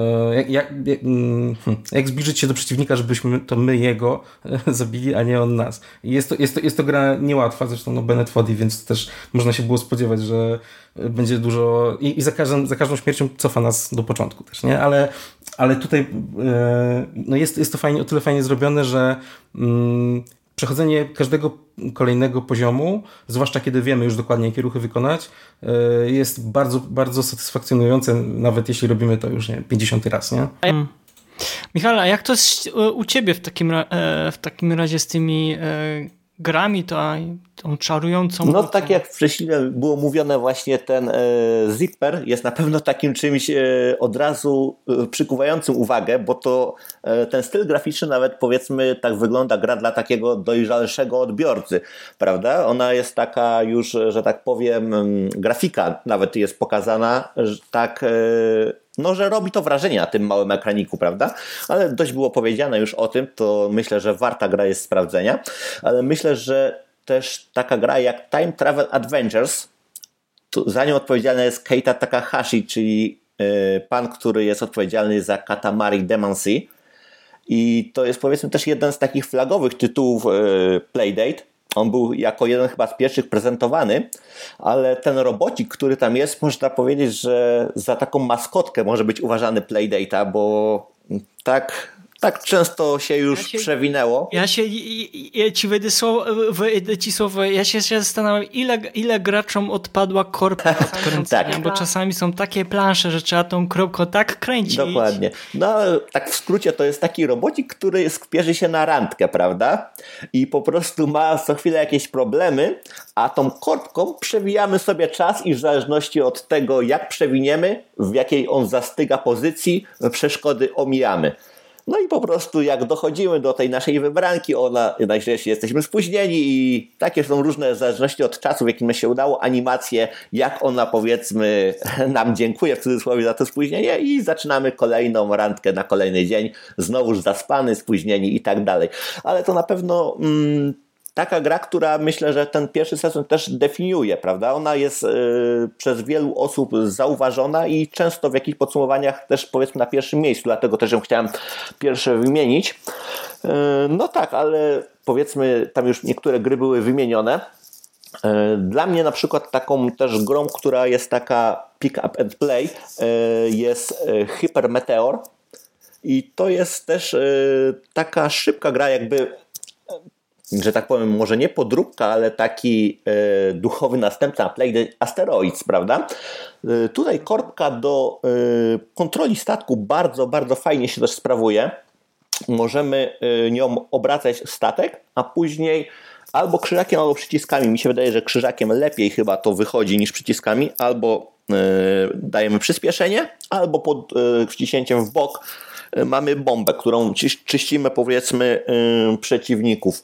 jak zbliżyć się do przeciwnika, żebyśmy to my jego zabili, a nie on nas. Jest to gra niełatwa, zresztą Bennett Foddy, więc też można się było spodziewać, że będzie dużo i za każdą śmiercią cofa nas do początku też, nie? Ale tutaj jest to fajnie, o tyle fajnie zrobione, że przechodzenie każdego kolejnego poziomu, zwłaszcza kiedy wiemy już dokładnie, jakie ruchy wykonać, jest bardzo, bardzo satysfakcjonujące, nawet jeśli robimy to już 50 raz, nie? Michał, a jak to jest u ciebie w takim razie z tymi grami, tą czarującą... No tak jak wcześniej było mówione, właśnie ten Zipper jest na pewno takim czymś od razu przykuwającym uwagę, bo to ten styl graficzny nawet powiedzmy tak wygląda gra dla takiego dojrzalszego odbiorcy, prawda? Ona jest taka już, że tak powiem, grafika nawet jest pokazana, że tak... No, że robi to wrażenie na tym małym ekraniku, prawda? Ale dość było powiedziane już o tym, to myślę, że warta gra jest sprawdzenia, ale myślę, że też taka gra jak Time Travel Adventures, za nią odpowiedzialny jest Keita Takahashi, czyli pan, który jest odpowiedzialny za Katamari Damacy, i to jest powiedzmy też jeden z takich flagowych tytułów Playdate. On był jako jeden chyba z pierwszych prezentowany, ale ten robocik, który tam jest, można powiedzieć, że za taką maskotkę może być uważany Playdate'a, bo tak Tak często się już przewinęło. Ja ci wejdę słowo, ja się zastanawiam, ile graczom odpadła korbka od kręcenia, tak. Bo czasami są takie plansze, że trzeba tą kropką tak kręcić. Dokładnie. No ale tak w skrócie to jest taki robocik, który spierzy się na randkę, prawda? I po prostu ma co chwilę jakieś problemy, a tą korbką przewijamy sobie czas i w zależności od tego, jak przewiniemy, w jakiej on zastyga pozycji, przeszkody omijamy. No i po prostu jak dochodzimy do tej naszej wybranki, najczęściej jesteśmy spóźnieni i takie są różne w zależności od czasu, w jakim się udało, animacje, jak ona powiedzmy nam dziękuje w cudzysłowie za to spóźnienie i zaczynamy kolejną randkę na kolejny dzień, znowuż zaspany, spóźnieni i tak dalej. Ale to na pewno taka gra, która myślę, że ten pierwszy sezon też definiuje, prawda? Ona jest przez wielu osób zauważona i często w jakichś podsumowaniach też powiedzmy na pierwszym miejscu, dlatego też ją chciałem pierwsze wymienić. No tak, ale powiedzmy tam już niektóre gry były wymienione. Dla mnie na przykład taką też grą, która jest taka pick up and play, jest Hyper Meteor i to jest też taka szybka gra, jakby, że tak powiem, może nie podróbka, ale taki duchowy następca Play the Asteroids, prawda? Tutaj korbka do kontroli statku bardzo, bardzo fajnie się też sprawuje. Możemy nią obracać statek, a później albo krzyżakiem, albo przyciskami. Mi się wydaje, że krzyżakiem lepiej chyba to wychodzi niż przyciskami. Albo dajemy przyspieszenie, albo pod wciśnięciem w bok mamy bombę, którą czyścimy powiedzmy przeciwników.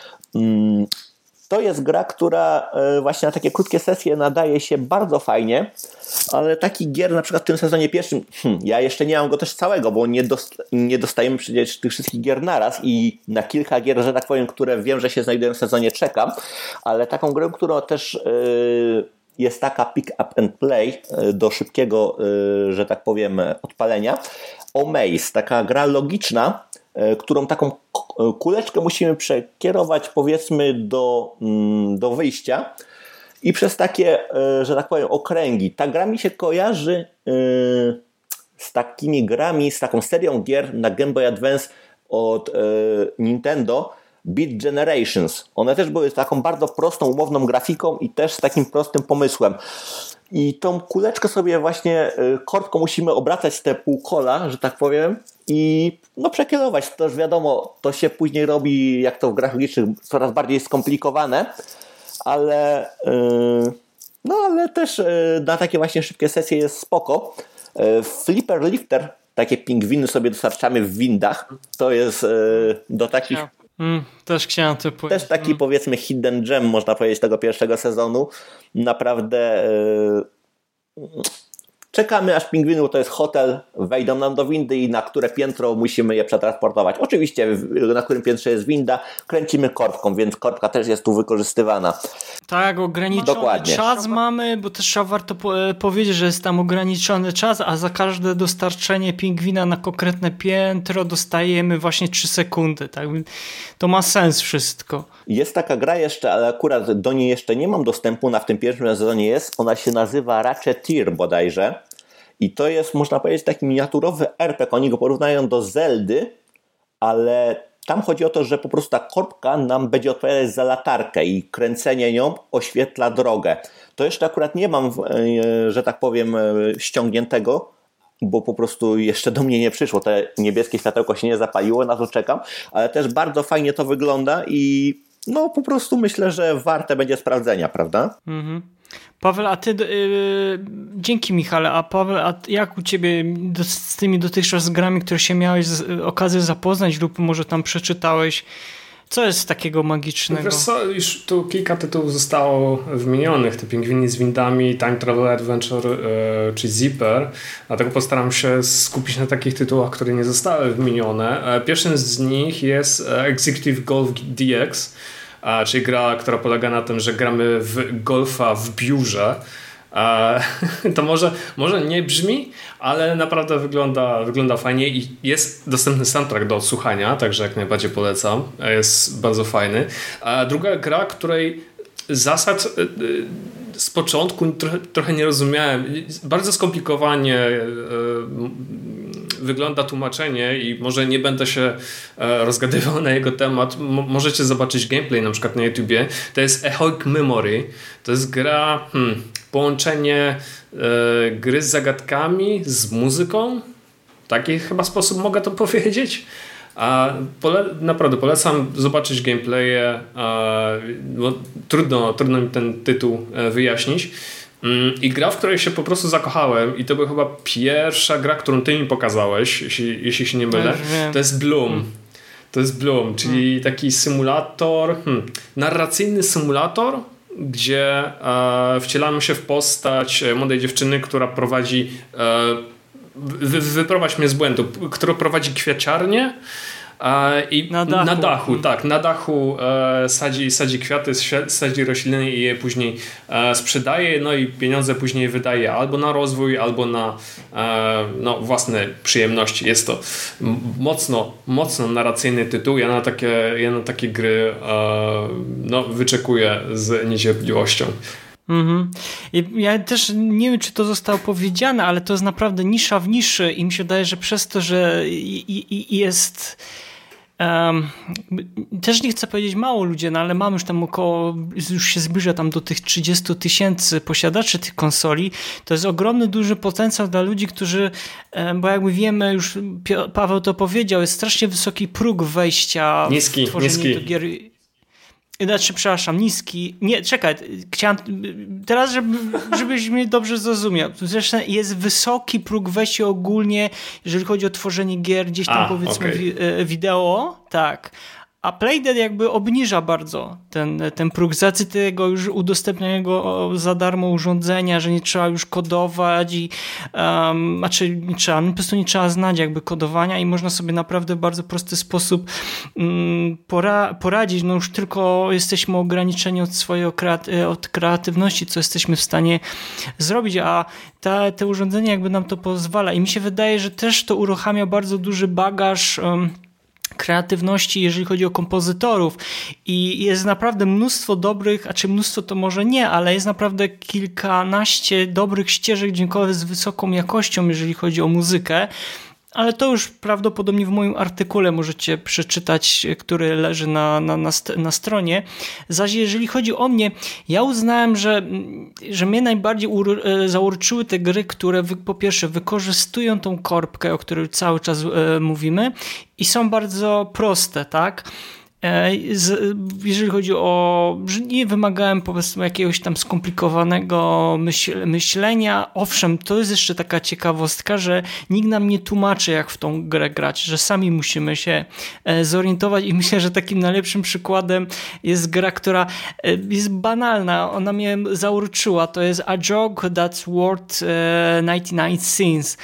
To jest gra, która właśnie na takie krótkie sesje nadaje się bardzo fajnie, ale taki gier na przykład w tym sezonie pierwszym, ja jeszcze nie mam go też całego, bo nie dostajemy przecież tych wszystkich gier naraz i na kilka gier, że tak powiem, które wiem, że się znajdują w sezonie, czekam, ale taką grę, którą też jest taka pick up and play do szybkiego, że tak powiem, odpalenia. Omaze, taka gra logiczna, którą taką kuleczkę musimy przekierować powiedzmy do wyjścia i przez takie, że tak powiem, okręgi. Ta gra mi się kojarzy z takimi grami, z taką serią gier na Game Boy Advance od Nintendo, Beat Generations. One też były taką bardzo prostą, umowną grafiką i też z takim prostym pomysłem. I tą kuleczkę sobie właśnie korbką musimy obracać te półkola, że tak powiem, i no przekierować. To już wiadomo, to się później robi, jak to w grach logicznych, coraz bardziej skomplikowane, ale ale też na takie właśnie szybkie sesje jest spoko. Flipper Lifter, takie pingwiny sobie dostarczamy w windach. To jest do takich... Też chciałem to powiedzieć. Też taki powiedzmy hidden gem, można powiedzieć, tego pierwszego sezonu. Naprawdę czekamy, aż pingwiny, bo to jest hotel, wejdą nam do windy i na które piętro musimy je przetransportować. Oczywiście na którym piętrze jest winda, kręcimy korbką, więc korbka też jest tu wykorzystywana. Tak, ograniczony czas mamy, bo też warto powiedzieć, że jest tam ograniczony czas, a za każde dostarczenie pingwina na konkretne piętro dostajemy właśnie 3 sekundy. Tak? To ma sens wszystko. Jest taka gra jeszcze, ale akurat do niej jeszcze nie mam dostępu, w tym pierwszym sezonie jest. Ona się nazywa Ratcheteer bodajże. I to jest, można powiedzieć, taki miniaturowy RPG. Oni go porównają do Zeldy, ale tam chodzi o to, że po prostu ta korbka nam będzie odpowiadać za latarkę i kręcenie nią oświetla drogę. To jeszcze akurat nie mam, że tak powiem, ściągniętego, bo po prostu jeszcze do mnie nie przyszło. Te niebieskie światełko się nie zapaliło, na to czekam, ale też bardzo fajnie to wygląda i no po prostu myślę, że warte będzie sprawdzenia, prawda? Mhm. Paweł, a ty, dzięki Michale, a Paweł, a jak u ciebie z tymi dotychczas grami, które się miałeś okazję zapoznać lub może tam przeczytałeś, co jest takiego magicznego? Wiesz co, już tu kilka tytułów zostało wymienionych, te Pingwiny z windami, Time Travel Adventure czy Zipper, dlatego postaram się skupić na takich tytułach, które nie zostały wymienione. Pierwszym z nich jest Executive Golf DX, czyli gra, która polega na tym, że gramy w golfa w biurze. To może nie brzmi, ale naprawdę wygląda fajnie i jest dostępny soundtrack do odsłuchania, także jak najbardziej polecam. Jest bardzo fajny. Druga gra, której zasad z początku trochę nie rozumiałem. Bardzo skomplikowanie wygląda tłumaczenie i może nie będę się rozgadywał na jego temat, możecie zobaczyć gameplay na przykład na YouTubie. To jest Echoic Memory. To jest gra, połączenie gry z zagadkami z muzyką. W taki chyba sposób mogę to powiedzieć. Naprawdę polecam zobaczyć gameplaye. Trudno mi ten tytuł wyjaśnić. I gra, w której się po prostu zakochałem, i to była chyba pierwsza gra, którą ty mi pokazałeś, jeśli się nie mylę, to jest Bloom. To jest Bloom, czyli taki symulator, narracyjny symulator, gdzie wcielamy się w postać młodej dziewczyny, która prowadzi wyprowadź mnie z błędu, która prowadzi kwiaciarnię i na dachu sadzi kwiaty, sadzi rośliny i je później sprzedaje, no i pieniądze później wydaje albo na rozwój, albo na własne przyjemności. Jest to mocno narracyjny tytuł. Ja na takie gry wyczekuję z niecierpliwością. Ja też nie wiem, czy to zostało powiedziane, ale to jest naprawdę nisza w niszy i mi się wydaje, że przez to, że jest też nie chcę powiedzieć mało ludzi, ale mamy już tam już się zbliża tam do tych 30 000 posiadaczy tych konsoli, to jest ogromny, duży potencjał dla ludzi, którzy, bo jakby wiemy, już Paweł to powiedział, jest strasznie wysoki próg wejścia w tworzenie do gier. Znaczy, przepraszam, niski. Nie, czekaj, chciałem teraz, żebyś mnie dobrze zrozumiał. Zresztą jest wysoki próg wejścia ogólnie, jeżeli chodzi o tworzenie gier, gdzieś tam powiedzmy wideo, tak. A Playdead jakby obniża bardzo ten próg z racji tego już udostępnionego za darmo urządzenia, że nie trzeba już kodować i nie trzeba, po prostu nie trzeba znać jakby kodowania i można sobie naprawdę w bardzo prosty sposób poradzić. No już tylko jesteśmy ograniczeni od swojej od kreatywności, co jesteśmy w stanie zrobić, a te urządzenie jakby nam to pozwala i mi się wydaje, że też to uruchamia bardzo duży bagaż kreatywności, jeżeli chodzi o kompozytorów i jest naprawdę mnóstwo dobrych, mnóstwo to może nie, ale jest naprawdę kilkanaście dobrych ścieżek dźwiękowych z wysoką jakością, jeżeli chodzi o muzykę, ale to już prawdopodobnie w moim artykule możecie przeczytać, który leży na stronie. Zaś jeżeli chodzi o mnie, ja uznałem, że mnie najbardziej zaurczyły te gry, które po pierwsze wykorzystują tą korbkę, o której cały czas mówimy i są bardzo proste, tak? Jeżeli chodzi o, że nie wymagałem po prostu jakiegoś tam skomplikowanego myślenia. Owszem, to jest jeszcze taka ciekawostka, że nikt nam nie tłumaczy, jak w tą grę grać, że sami musimy się zorientować i myślę, że takim najlepszym przykładem jest gra, która jest banalna. Ona mnie zaurczyła. To jest A Joke That's Worth 99 Cents.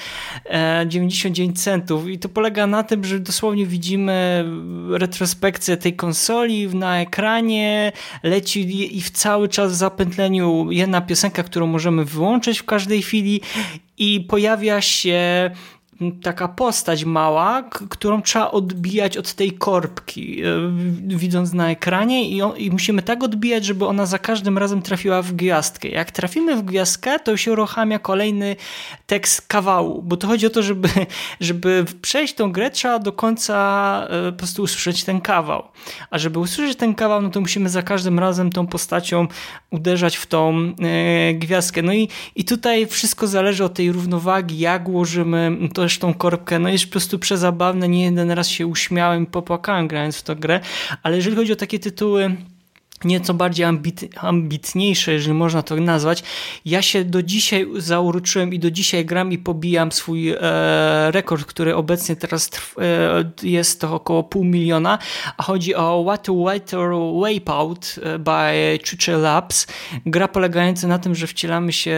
99 centów. I to polega na tym, że dosłownie widzimy retrospekcję tej konsoli na ekranie, leci i cały czas w zapętleniu jedna piosenka, którą możemy wyłączyć w każdej chwili i pojawia się taka postać mała, którą trzeba odbijać od tej korbki, widząc na ekranie i musimy tak odbijać, żeby ona za każdym razem trafiła w gwiazdkę. Jak trafimy w gwiazdkę, to się uruchamia kolejny tekst kawału, bo to chodzi o to, żeby przejść tą grę, trzeba do końca po prostu usłyszeć ten kawał. A żeby usłyszeć ten kawał, no to musimy za każdym razem tą postacią uderzać w tą gwiazdkę. No i tutaj wszystko zależy od tej równowagi, jak ułożymy też tą korbkę. No jest po prostu przezabawne. Nie jeden raz się uśmiałem i popłakałem grając w tę grę, ale jeżeli chodzi o takie tytuły nieco bardziej ambitniejsze, jeżeli można to nazwać. Ja się do dzisiaj zauroczyłem i do dzisiaj gram i pobijam swój rekord, który obecnie teraz jest to około 500 000, a chodzi o What to Water Wipeout by Chuche Labs. Gra polegająca na tym, że wcielamy się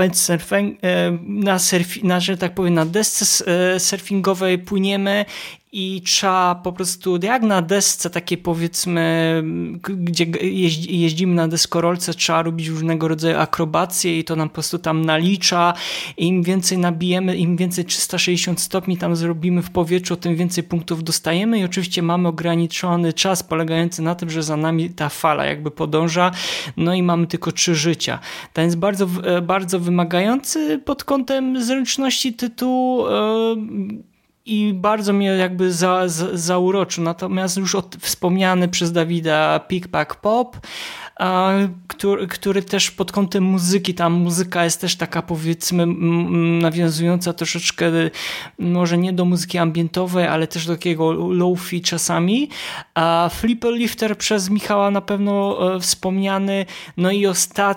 że tak powiem, na desce surfingowej płyniemy i trzeba po prostu, jak na desce takie powiedzmy, gdzie jeździmy na deskorolce, trzeba robić różnego rodzaju akrobacje i to nam po prostu tam nalicza. Im więcej nabijemy, im więcej 360 stopni tam zrobimy w powietrzu, tym więcej punktów dostajemy i oczywiście mamy ograniczony czas polegający na tym, że za nami ta fala jakby podąża, no i mamy tylko 3 życia. To jest bardzo, bardzo wymagający pod kątem zręczności tytuł i bardzo mnie jakby zauroczył. Natomiast już wspomniany przez Dawida Pick Pack Pop, który też pod kątem muzyki, tam muzyka jest też taka powiedzmy nawiązująca troszeczkę może nie do muzyki ambientowej, ale też do takiego lo-fi czasami. A Flipper Lifter przez Michała na pewno wspomniany. No i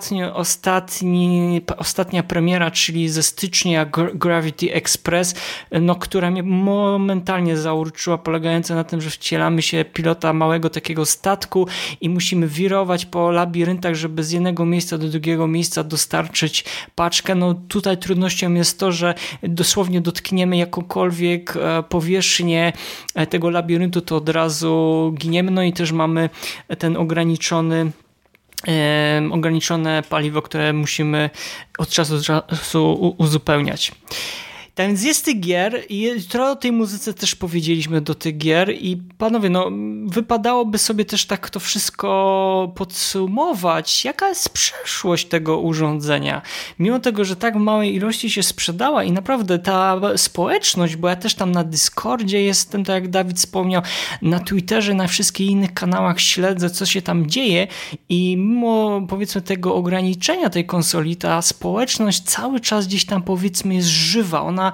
ostatnia premiera, czyli ze stycznia Gravity Express, no, która mnie momentalnie zauroczyła, polegająca na tym, że wcielamy się pilota małego takiego statku i musimy wirować po labiryntach, żeby z jednego miejsca do drugiego miejsca dostarczyć paczkę. No tutaj trudnością jest to, że dosłownie dotkniemy jakąkolwiek powierzchnię tego labiryntu, to od razu giniemy. No i też mamy ten ograniczone paliwo, które musimy od czasu do czasu uzupełniać. Tak więc jest tych gier i trochę o tej muzyce też powiedzieliśmy do tych gier i panowie, no wypadałoby sobie też tak to wszystko podsumować. Jaka jest przyszłość tego urządzenia? Mimo tego, że tak w małej ilości się sprzedała i naprawdę ta społeczność, bo ja też tam na Discordzie jestem, tak jak Dawid wspomniał, na Twitterze, na wszystkich innych kanałach śledzę, co się tam dzieje i mimo powiedzmy tego ograniczenia tej konsoli, ta społeczność cały czas gdzieś tam powiedzmy jest żywa. Ona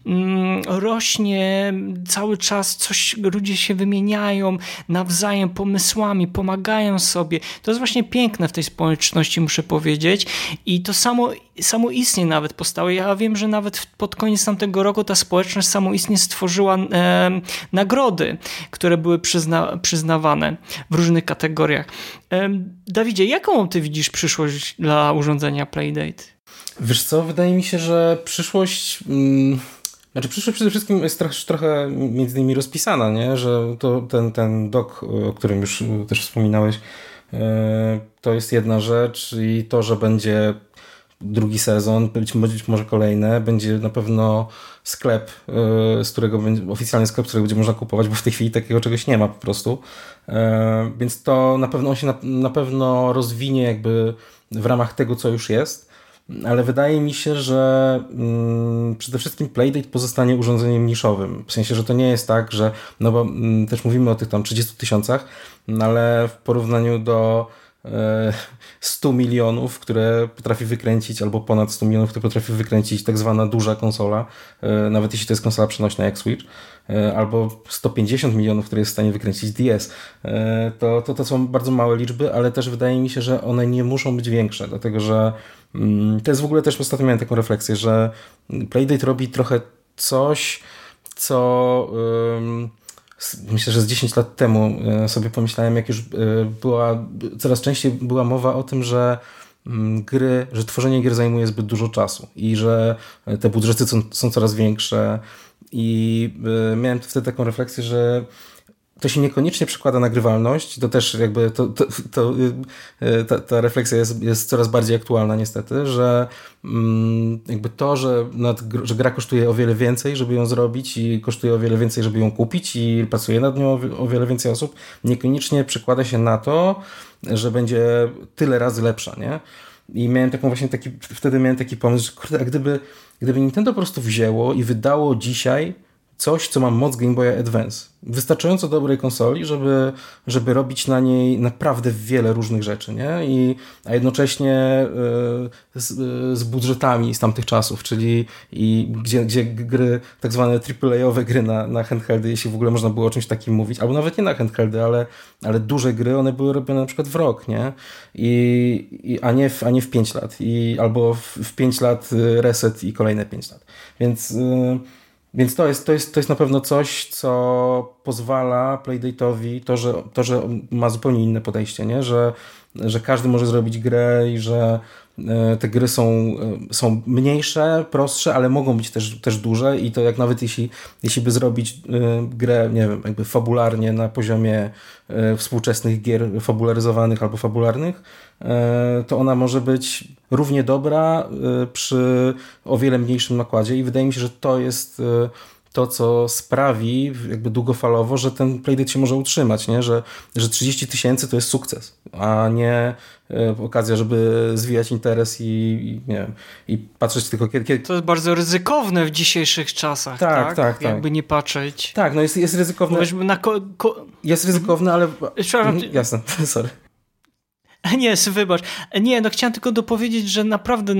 rośnie cały czas, ludzie się wymieniają nawzajem pomysłami, pomagają sobie. To jest właśnie piękne w tej społeczności, muszę powiedzieć. I to samoistnie nawet powstało. Ja wiem, że nawet pod koniec tamtego roku ta społeczność samoistnie stworzyła nagrody, które były przyznawane w różnych kategoriach. Dawidzie, jaką ty widzisz przyszłość dla urządzenia Playdate? Wiesz co, wydaje mi się, że przyszłość przede wszystkim jest trochę między nimi rozpisana, nie? Że to ten dock, o którym już też wspominałeś, to jest jedna rzecz i to, że będzie drugi sezon, być może kolejne, będzie na pewno sklep, z którego będzie oficjalny sklep, z którego będzie można kupować, bo w tej chwili takiego czegoś nie ma po prostu. Więc to na pewno on się na pewno rozwinie jakby w ramach tego, co już jest. Ale wydaje mi się, że przede wszystkim Playdate pozostanie urządzeniem niszowym. W sensie, że to nie jest tak, że, no bo też mówimy o tych tam 30 000, no ale w porównaniu do 100 milionów, które potrafi wykręcić, albo ponad 100 milionów, które potrafi wykręcić tak zwana duża konsola, nawet jeśli to jest konsola przenośna jak Switch, albo 150 milionów, które jest w stanie wykręcić DS, to są bardzo małe liczby, ale też wydaje mi się, że one nie muszą być większe, dlatego że to jest w ogóle też ostatnio miałem taką refleksję, że Playdate robi trochę coś, co myślę, że z 10 lat temu sobie pomyślałem, jak już coraz częściej była mowa o tym, że tworzenie gier zajmuje zbyt dużo czasu i że te budżety są coraz większe i miałem wtedy taką refleksję, że to się niekoniecznie przekłada na grywalność, to też jakby ta refleksja jest coraz bardziej aktualna niestety, że jakby to, że gra kosztuje o wiele więcej, żeby ją zrobić i kosztuje o wiele więcej, żeby ją kupić i pracuje nad nią o wiele więcej osób, niekoniecznie przekłada się na to, że będzie tyle razy lepsza, nie? I miałem wtedy miałem taki pomysł, że kurde, a gdyby Nintendo po prostu wzięło i wydało dzisiaj coś, co ma moc Game Boya Advance. Wystarczająco dobrej konsoli, żeby robić na niej naprawdę wiele różnych rzeczy, nie? A jednocześnie z budżetami z tamtych czasów, czyli gdzie gry, tak zwane AAA-owe gry na handheldy, jeśli w ogóle można było o czymś takim mówić, albo nawet nie na handheldy, ale duże gry, one były robione na przykład w rok, nie? A nie w 5 lat. Albo w 5 lat reset i kolejne 5 lat. Więc to jest na pewno coś, co pozwala Playdate'owi, to, że ma zupełnie inne podejście, nie? Że każdy może zrobić grę i że te gry są mniejsze, prostsze, ale mogą być też duże i to jak nawet jeśli by zrobić grę, nie wiem, jakby fabularnie na poziomie współczesnych gier fabularyzowanych albo fabularnych, to ona może być równie dobra przy o wiele mniejszym nakładzie i wydaje mi się, że to jest to, co sprawi jakby długofalowo, że ten Playdate się może utrzymać, nie? Że 30 000 to jest sukces, a nie okazja, żeby zwijać interes i nie wiem, i patrzeć tylko kiedy... To jest bardzo ryzykowne w dzisiejszych czasach, tak? Jakby nie patrzeć. Tak, no jest ryzykowne. Jest ryzykowne, ale... Jasne, sorry. Nie, wybacz. Nie, no chciałem tylko dopowiedzieć, że naprawdę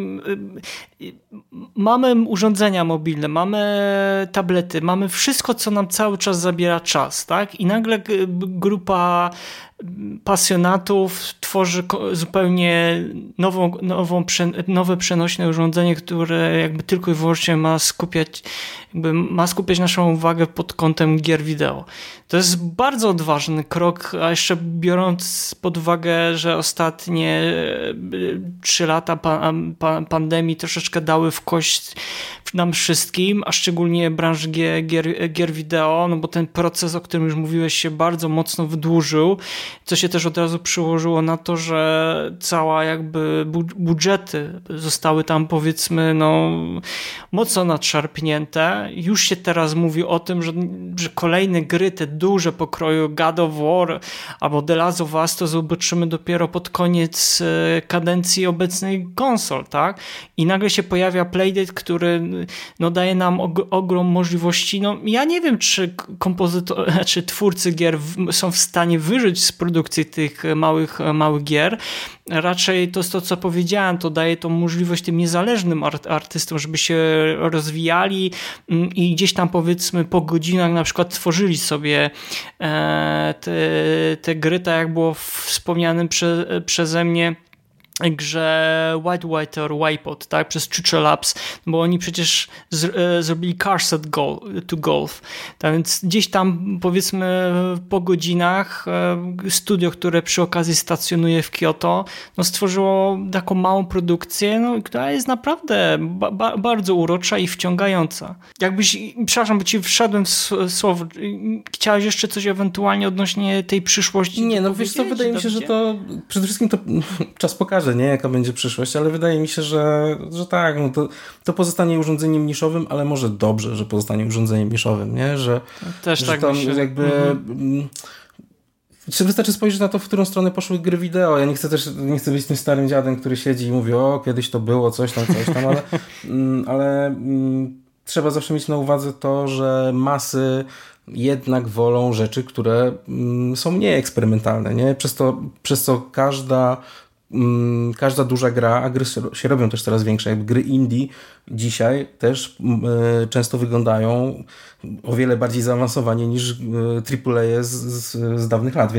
mamy urządzenia mobilne, mamy tablety, mamy wszystko, co nam cały czas zabiera czas, tak? I nagle grupa pasjonatów tworzy zupełnie nowe przenośne urządzenie, które jakby tylko i wyłącznie ma skupiać naszą uwagę pod kątem gier wideo. To jest bardzo odważny krok, a jeszcze biorąc pod uwagę, że ostatnie 3 lata pandemii troszeczkę dały w kość nam wszystkim, a szczególnie branży gier wideo, no bo ten proces, o którym już mówiłeś, się bardzo mocno wydłużył, co się też od razu przyłożyło na to, że cała jakby budżety zostały tam powiedzmy mocno nadszarpnięte. Już się teraz mówi o tym, że kolejne gry, te duże pokroju God of War albo The Last of Us to zobaczymy dopiero pod koniec kadencji obecnej konsol, tak? I nagle się pojawia Playdate, który daje nam ogrom możliwości. Ja nie wiem, czy twórcy gier są w stanie wyżyć z produkcji tych małych gier. Raczej to jest to, co powiedziałem, to daje tą możliwość tym niezależnym artystom, żeby się rozwijali i gdzieś tam powiedzmy po godzinach na przykład tworzyli sobie te gry, tak jak było wspomnianym przeze mnie grze Whitewater Wipeout, tak, przez Chucho Labs, bo oni przecież zrobili Cars to Golf. Tak więc gdzieś tam powiedzmy po godzinach studio, które przy okazji stacjonuje w Kyoto, stworzyło taką małą produkcję, która jest naprawdę bardzo urocza i wciągająca. Przepraszam, bo ci wszedłem w słowo. Chciałeś jeszcze coś ewentualnie odnośnie tej przyszłości? Nie, wiesz co, wydaje mi się, że to przede wszystkim to czas pokaże, nie, jaka będzie przyszłość, ale wydaje mi się, że tak, to pozostanie urządzeniem niszowym, ale może dobrze, że pozostanie urządzeniem niszowym, nie? Że tak to myślę. Jakby wystarczy spojrzeć na to, w którą stronę poszły gry wideo. Ja nie chcę być tym starym dziadem, który siedzi i mówi, kiedyś to było, coś tam, ale trzeba zawsze mieć na uwadze to, że masy jednak wolą rzeczy, które są mniej eksperymentalne, nie? Przez co każda duża gra, a gry się robią też coraz większe, jakby gry indie dzisiaj też często wyglądają o wiele bardziej zaawansowanie niż AAA z dawnych lat,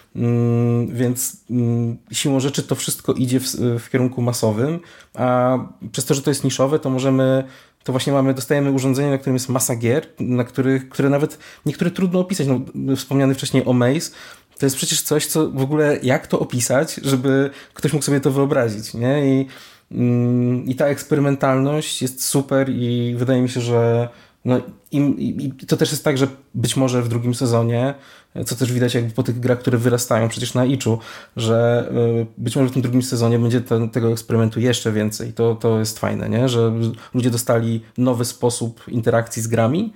więc siłą rzeczy to wszystko idzie w kierunku masowym, a przez to, że to jest niszowe, to właśnie dostajemy urządzenie, na którym jest masa gier, które nawet niektóre trudno opisać. Wspomniany wcześniej Omaze, to jest przecież coś, co w ogóle, jak to opisać, żeby ktoś mógł sobie to wyobrazić, nie? I ta eksperymentalność jest super i wydaje mi się, że i to też jest tak, że być może w drugim sezonie, co też widać jakby po tych grach, które wyrastają przecież na Itchu, że być może w tym drugim sezonie będzie tego eksperymentu jeszcze więcej. To jest fajne, nie? Że ludzie dostali nowy sposób interakcji z grami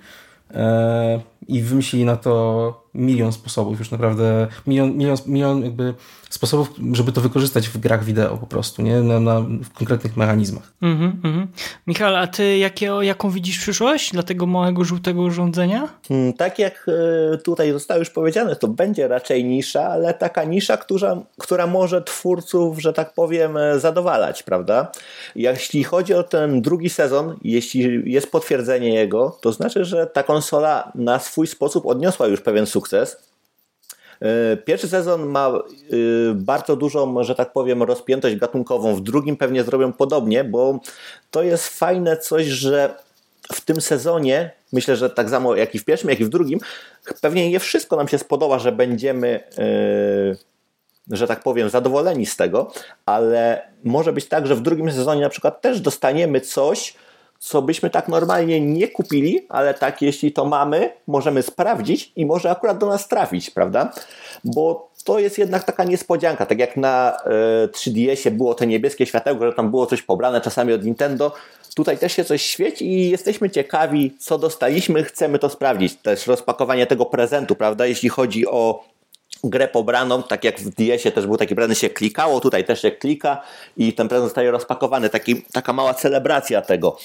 i wymyślili na to milion sposobów, już naprawdę milion jakby sposobów, żeby to wykorzystać w grach wideo po prostu, nie? W konkretnych mechanizmach. Michał, a ty jaką widzisz przyszłość dla tego małego, żółtego urządzenia? Tak jak tutaj zostało już powiedziane, to będzie raczej nisza, ale taka nisza, która może twórców, że tak powiem, zadowalać, prawda? Jeśli chodzi o ten drugi sezon, jeśli jest potwierdzenie jego, to znaczy, że ta konsola na swój sposób odniosła już pewien sukces. Pierwszy sezon ma bardzo dużą, że tak powiem, rozpiętość gatunkową. W drugim pewnie zrobią podobnie, bo to jest fajne coś, że w tym sezonie, myślę, że tak samo jak i w pierwszym, jak i w drugim, pewnie nie wszystko nam się spodoba, że będziemy że tak powiem, zadowoleni z tego, ale może być tak, że w drugim sezonie na przykład też dostaniemy coś, co byśmy tak normalnie nie kupili, ale tak jeśli to mamy, możemy sprawdzić i może akurat do nas trafić, prawda? Bo to jest jednak taka niespodzianka, tak jak na 3DS-ie było to niebieskie światełko, że tam było coś pobrane czasami od Nintendo, tutaj też się coś świeci i jesteśmy ciekawi, co dostaliśmy, chcemy to sprawdzić. Też rozpakowanie tego prezentu, prawda? Jeśli chodzi o grę pobraną, tak jak w DS-ie też był taki prezent, się klikało, tutaj też się klika i ten prezent zostaje rozpakowany, taka mała celebracja tego.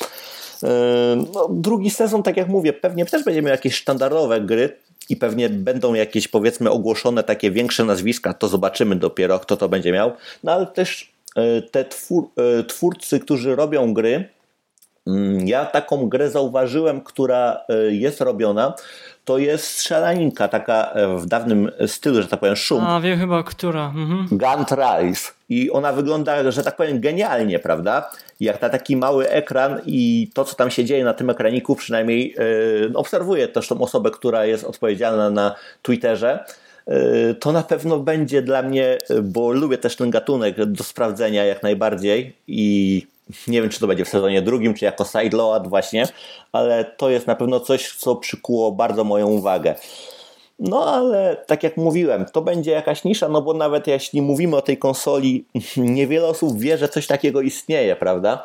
No, drugi sezon, tak jak mówię, pewnie też będziemy miał jakieś sztandarowe gry i pewnie będą jakieś, powiedzmy, ogłoszone takie większe nazwiska, to zobaczymy dopiero, kto to będzie miał, no ale też te twórcy, którzy robią gry, ja taką grę zauważyłem, która jest robiona, to jest strzelaninka taka w dawnym stylu, że tak powiem, szum. A wiem chyba, która. Gun't Rise. I ona wygląda, że tak powiem, genialnie, prawda? Jak na taki mały ekran i to, co tam się dzieje na tym ekraniku, przynajmniej obserwuję też tą osobę, która jest odpowiedzialna na Twitterze, to na pewno będzie dla mnie, bo lubię też ten gatunek, do sprawdzenia jak najbardziej i nie wiem, czy to będzie w sezonie drugim, czy jako sideload właśnie, ale to jest na pewno coś, co przykuło bardzo moją uwagę. No ale tak jak mówiłem, to będzie jakaś nisza, no bo nawet jeśli mówimy o tej konsoli, niewiele osób wie, że coś takiego istnieje, prawda?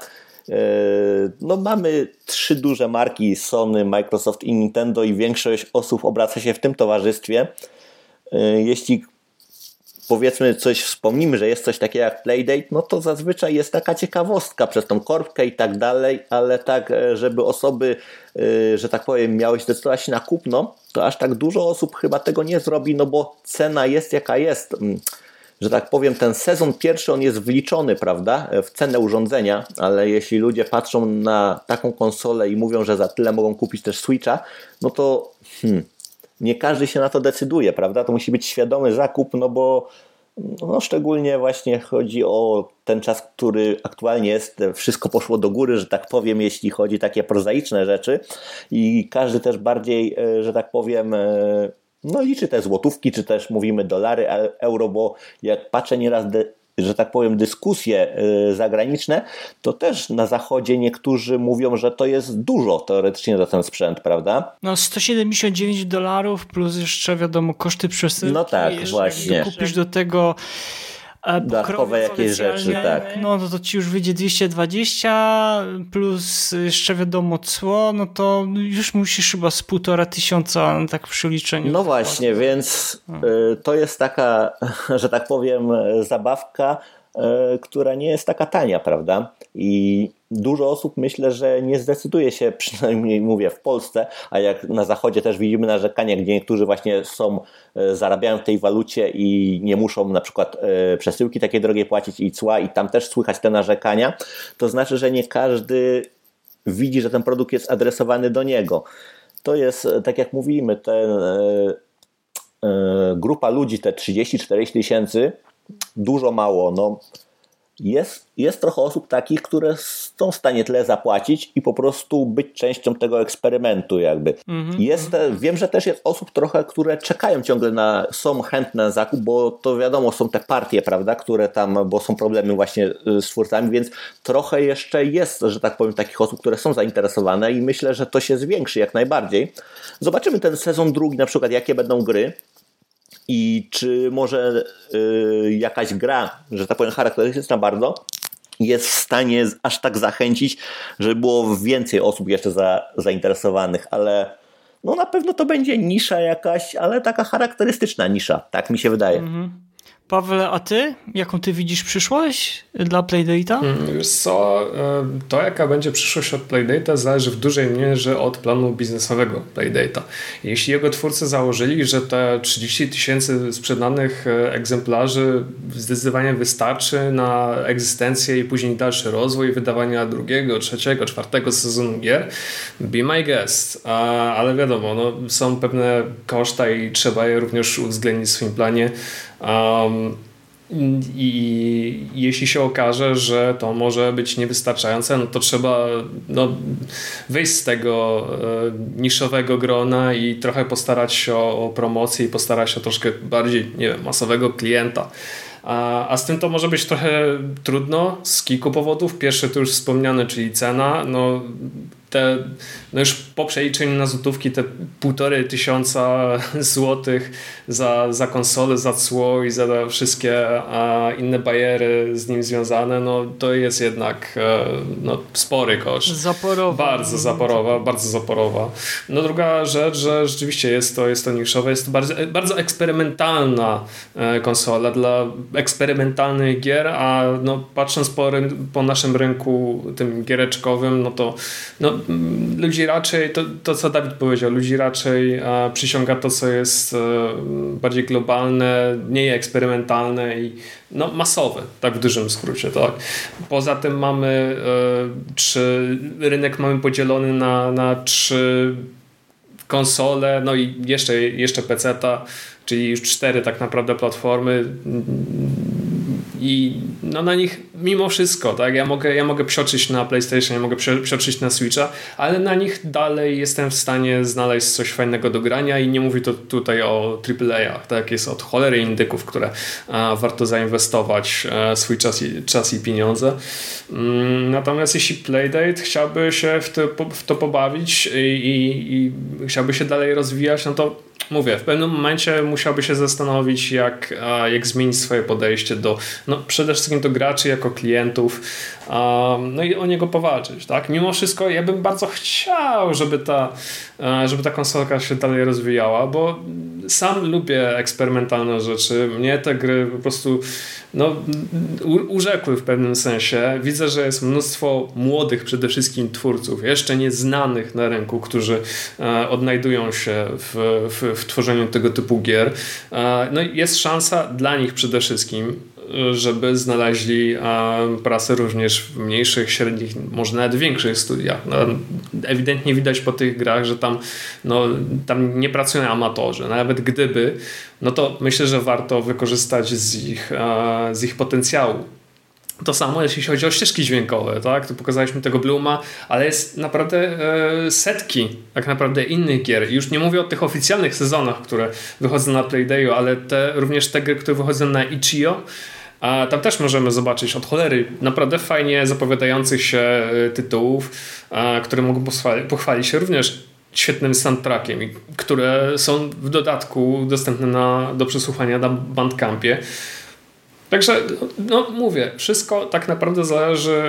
No mamy 3 duże marki, Sony, Microsoft i Nintendo i większość osób obraca się w tym towarzystwie. Jeśli powiedzmy coś wspomnimy, że jest coś takiego jak Playdate, no to zazwyczaj jest taka ciekawostka przez tą korbkę i tak dalej, ale tak, żeby osoby, że tak powiem, miały się zdecydować się na kupno, to aż tak dużo osób chyba tego nie zrobi, no bo cena jest jaka jest. Że tak powiem, ten sezon pierwszy on jest wliczony, prawda, w cenę urządzenia, ale jeśli ludzie patrzą na taką konsolę i mówią, że za tyle mogą kupić też Switcha, no to nie każdy się na to decyduje, prawda? To musi być świadomy zakup, no bo no szczególnie właśnie chodzi o ten czas, który aktualnie jest, wszystko poszło do góry, że tak powiem, jeśli chodzi o takie prozaiczne rzeczy i każdy też bardziej, że tak powiem, no liczy te złotówki, czy też mówimy dolary, euro, bo jak patrzę nieraz że tak powiem, dyskusje zagraniczne, to też na zachodzie niektórzy mówią, że to jest dużo teoretycznie za ten sprzęt, prawda? No $179 plus jeszcze wiadomo koszty przesyłki. No tak, właśnie. Jak kupisz do tego dodatkowe jakieś rzeczy, tak. No to ci już wyjdzie 220 plus jeszcze wiadomo cło, no to już musisz chyba z 1500 tak przy liczeniu. No właśnie, więc to jest taka, że tak powiem, zabawka, która nie jest taka tania, prawda? I dużo osób myślę, że nie zdecyduje się, przynajmniej mówię w Polsce, a jak na zachodzie też widzimy narzekania, gdzie niektórzy właśnie zarabiają w tej walucie i nie muszą na przykład przesyłki takiej drogiej płacić i cła i tam też słychać te narzekania, to znaczy, że nie każdy widzi, że ten produkt jest adresowany do niego. To jest, tak jak mówimy, grupa ludzi, te 30-40 tysięcy, dużo mało, no jest trochę osób takich, które są w stanie tyle zapłacić i po prostu być częścią tego eksperymentu jakby. Wiem, że też jest osób trochę, które czekają ciągle są chętne na zakup, bo to wiadomo, są te partie, prawda, które tam, bo są problemy właśnie z twórcami, więc trochę jeszcze jest, że tak powiem, takich osób, które są zainteresowane i myślę, że to się zwiększy jak najbardziej. Zobaczymy ten sezon drugi, na przykład jakie będą gry. I czy może jakaś gra, że tak powiem charakterystyczna bardzo, jest w stanie aż tak zachęcić, żeby było więcej osób jeszcze zainteresowanych, ale no na pewno to będzie nisza jakaś, ale taka charakterystyczna nisza, tak mi się wydaje. Paweł, a ty? Jaką ty widzisz przyszłość dla Playdate'a? Wiesz co, to jaka będzie przyszłość od Playdate'a zależy w dużej mierze od planu biznesowego Playdate'a. Jeśli jego twórcy założyli, że te 30 000 sprzedanych egzemplarzy zdecydowanie wystarczy na egzystencję i później dalszy rozwój wydawania drugiego, trzeciego, czwartego sezonu gier, be my guest. Ale wiadomo, no, są pewne koszta i trzeba je również uwzględnić w swoim planie. I jeśli się okaże, że to może być niewystarczające, no to trzeba wyjść z tego niszowego grona i trochę postarać się o promocję i postarać się o troszkę bardziej, nie wiem, masowego klienta. A z tym to może być trochę trudno z kilku powodów. Pierwszy to już wspomniany, czyli cena. No już po przeliczeniu na złotówki te 1500 złotych za konsolę, za cło i za wszystkie inne bariery z nim związane, no to jest jednak spory koszt. Zaporowa. Bardzo zaporowa. No druga rzecz, że rzeczywiście jest to niszowe, jest to bardzo eksperymentalna konsola dla eksperymentalnych gier, a patrząc po naszym rynku tym giereczkowym, ludzi raczej, to co Dawid powiedział, ludzi raczej przyciąga to, co jest bardziej globalne, mniej eksperymentalne i masowe, tak w dużym skrócie, tak. Poza tym mamy rynek mamy podzielony na 3 konsole, no i jeszcze PC-ta, czyli już 4 tak naprawdę platformy i na nich mimo wszystko, tak, ja mogę psioczyć na PlayStation, ja mogę psioczyć na Switcha, ale na nich dalej jestem w stanie znaleźć coś fajnego do grania i nie mówię to tutaj o AAA-ach, tak, jest od cholery indyków, które warto zainwestować swój czas i pieniądze. Natomiast jeśli Playdate chciałby się w to pobawić i chciałby się dalej rozwijać, no to mówię, w pewnym momencie musiałby się zastanowić, jak zmienić swoje podejście do przede wszystkim do graczy jako klientów, i o niego powalczyć, tak? Mimo wszystko ja bym bardzo chciał, żeby ta konsolka się dalej rozwijała, bo sam lubię eksperymentalne rzeczy. Mnie te gry po prostu urzekły w pewnym sensie. Widzę, że jest mnóstwo młodych przede wszystkim twórców, jeszcze nieznanych na rynku, którzy odnajdują się w tworzeniu tego typu gier. Jest szansa dla nich przede wszystkim, żeby znaleźli pracę również w mniejszych, średnich, może nawet większych studiach. Ewidentnie widać po tych grach, że tam nie pracują amatorzy. Nawet gdyby, to myślę, że warto wykorzystać z ich potencjału. To samo jeśli chodzi o ścieżki dźwiękowe, tak? Tu pokazaliśmy tego Blooma, ale jest naprawdę setki tak naprawdę innych gier. Już nie mówię o tych oficjalnych sezonach, które wychodzą na Playdayu, ale również te gry, które wychodzą na Itch.io. A tam też możemy zobaczyć od cholery naprawdę fajnie zapowiadających się tytułów, które mogą pochwalić się również świetnym soundtrackiem, które są w dodatku dostępne do przesłuchania na Bandcampie. Także mówię, wszystko tak naprawdę zależy,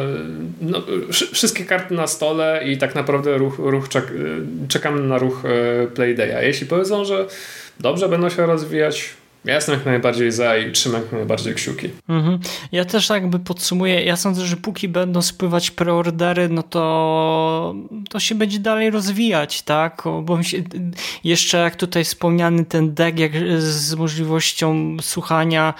wszystkie karty na stole i tak naprawdę czekamy na ruch Playdaya. Jeśli powiedzą, że dobrze będą się rozwijać, ja jestem jak najbardziej za i trzymam jak najbardziej kciuki. Ja też jakby podsumuję. Ja sądzę, że póki będą spływać preordery, to się będzie dalej rozwijać, tak? Bo jeszcze jak tutaj wspomniany ten deck z możliwością słuchania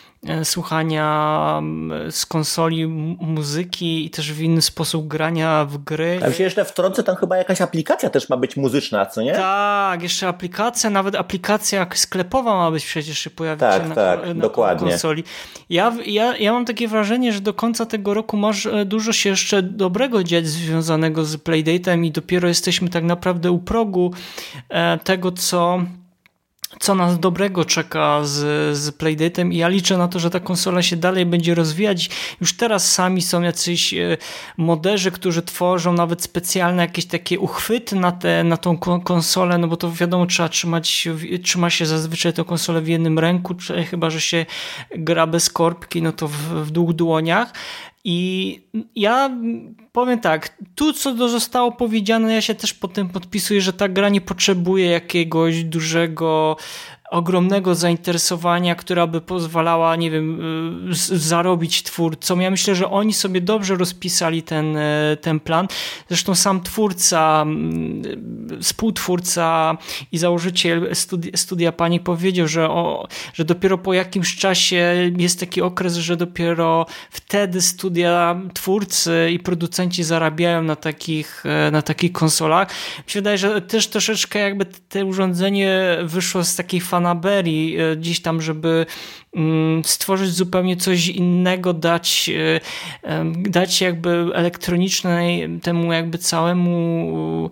z konsoli muzyki i też w inny sposób grania w gry. A się jeszcze wtrącę, tam chyba jakaś aplikacja też ma być muzyczna, co nie? Tak, jeszcze aplikacja, nawet aplikacja sklepowa ma być przecież się pojawić na dokładnie. konsoli. Ja mam takie wrażenie, że do końca tego roku może dużo się jeszcze dobrego dziać związanego z Playdate'em i dopiero jesteśmy tak naprawdę u progu tego, co nas dobrego czeka z Playdate'em i ja liczę na to, że ta konsola się dalej będzie rozwijać. Już teraz sami są jacyś moderzy, którzy tworzą nawet specjalne jakieś takie uchwyty na tą konsolę, no bo to wiadomo, trzyma się zazwyczaj tę konsolę w jednym ręku, chyba że się gra bez korbki, no to w dwóch dłoniach. I ja powiem tak, tu co zostało powiedziane, ja się też po tym podpisuję, że ta gra nie potrzebuje jakiegoś dużego, ogromnego zainteresowania, która by pozwalała, nie wiem, zarobić twórcom. Ja myślę, że oni sobie dobrze rozpisali ten plan. Zresztą sam twórca, współtwórca i założyciel Studia Panic powiedział, że dopiero po jakimś czasie jest taki okres, że dopiero wtedy studia, twórcy i producenci zarabiają na takich konsolach. Mi się wydaje, że też troszeczkę jakby te urządzenie wyszło z takiej fanaberii gdzieś tam, żeby stworzyć zupełnie coś innego, dać jakby elektronicznej temu jakby całemu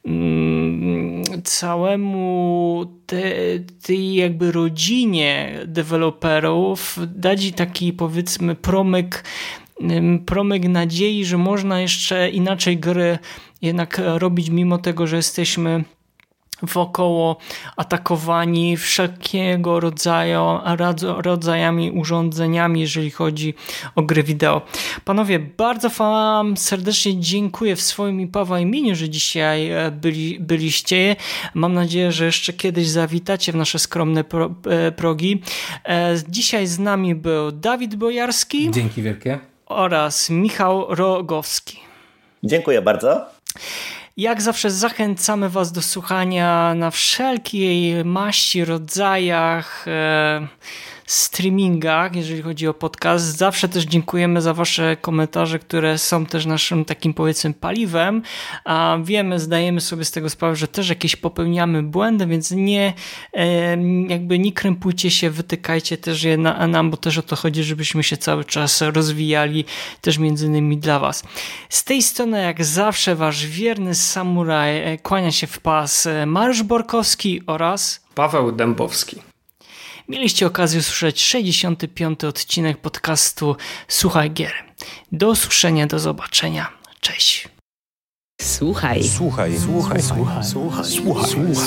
tej jakby rodzinie deweloperów, dać taki powiedzmy promyk nadziei, że można jeszcze inaczej gry jednak robić, mimo tego, że jesteśmy wokoło atakowani wszelkiego rodzajami urządzeniami, jeżeli chodzi o gry wideo. Panowie, bardzo wam serdecznie dziękuję w swoim i Pawła imieniu, że dzisiaj byliście. Mam nadzieję, że jeszcze kiedyś zawitacie w nasze skromne progi. Dzisiaj z nami był Dawid Bojarski. Dzięki wielkie. Oraz Michał Rogowski. Dziękuję bardzo. Jak zawsze zachęcamy was do słuchania na wszelkiej maści, rodzajach, streamingach, jeżeli chodzi o podcast. Zawsze też dziękujemy za wasze komentarze, które są też naszym takim powiedzmy paliwem, a wiemy, zdajemy sobie z tego sprawę, że też jakieś popełniamy błędy, więc nie krępujcie się, wytykajcie też je nam, bo też o to chodzi, żebyśmy się cały czas rozwijali też między innymi dla was. Z tej strony jak zawsze wasz wierny samuraj kłania się w pas Mariusz Borkowski oraz Paweł Dębowski. Mieliście okazję usłyszeć 65. odcinek podcastu Słuchaj Gier. Do usłyszenia, do zobaczenia. Cześć. Słuchaj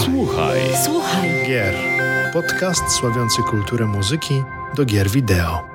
Gier. Podcast sławiący kulturę muzyki do gier wideo.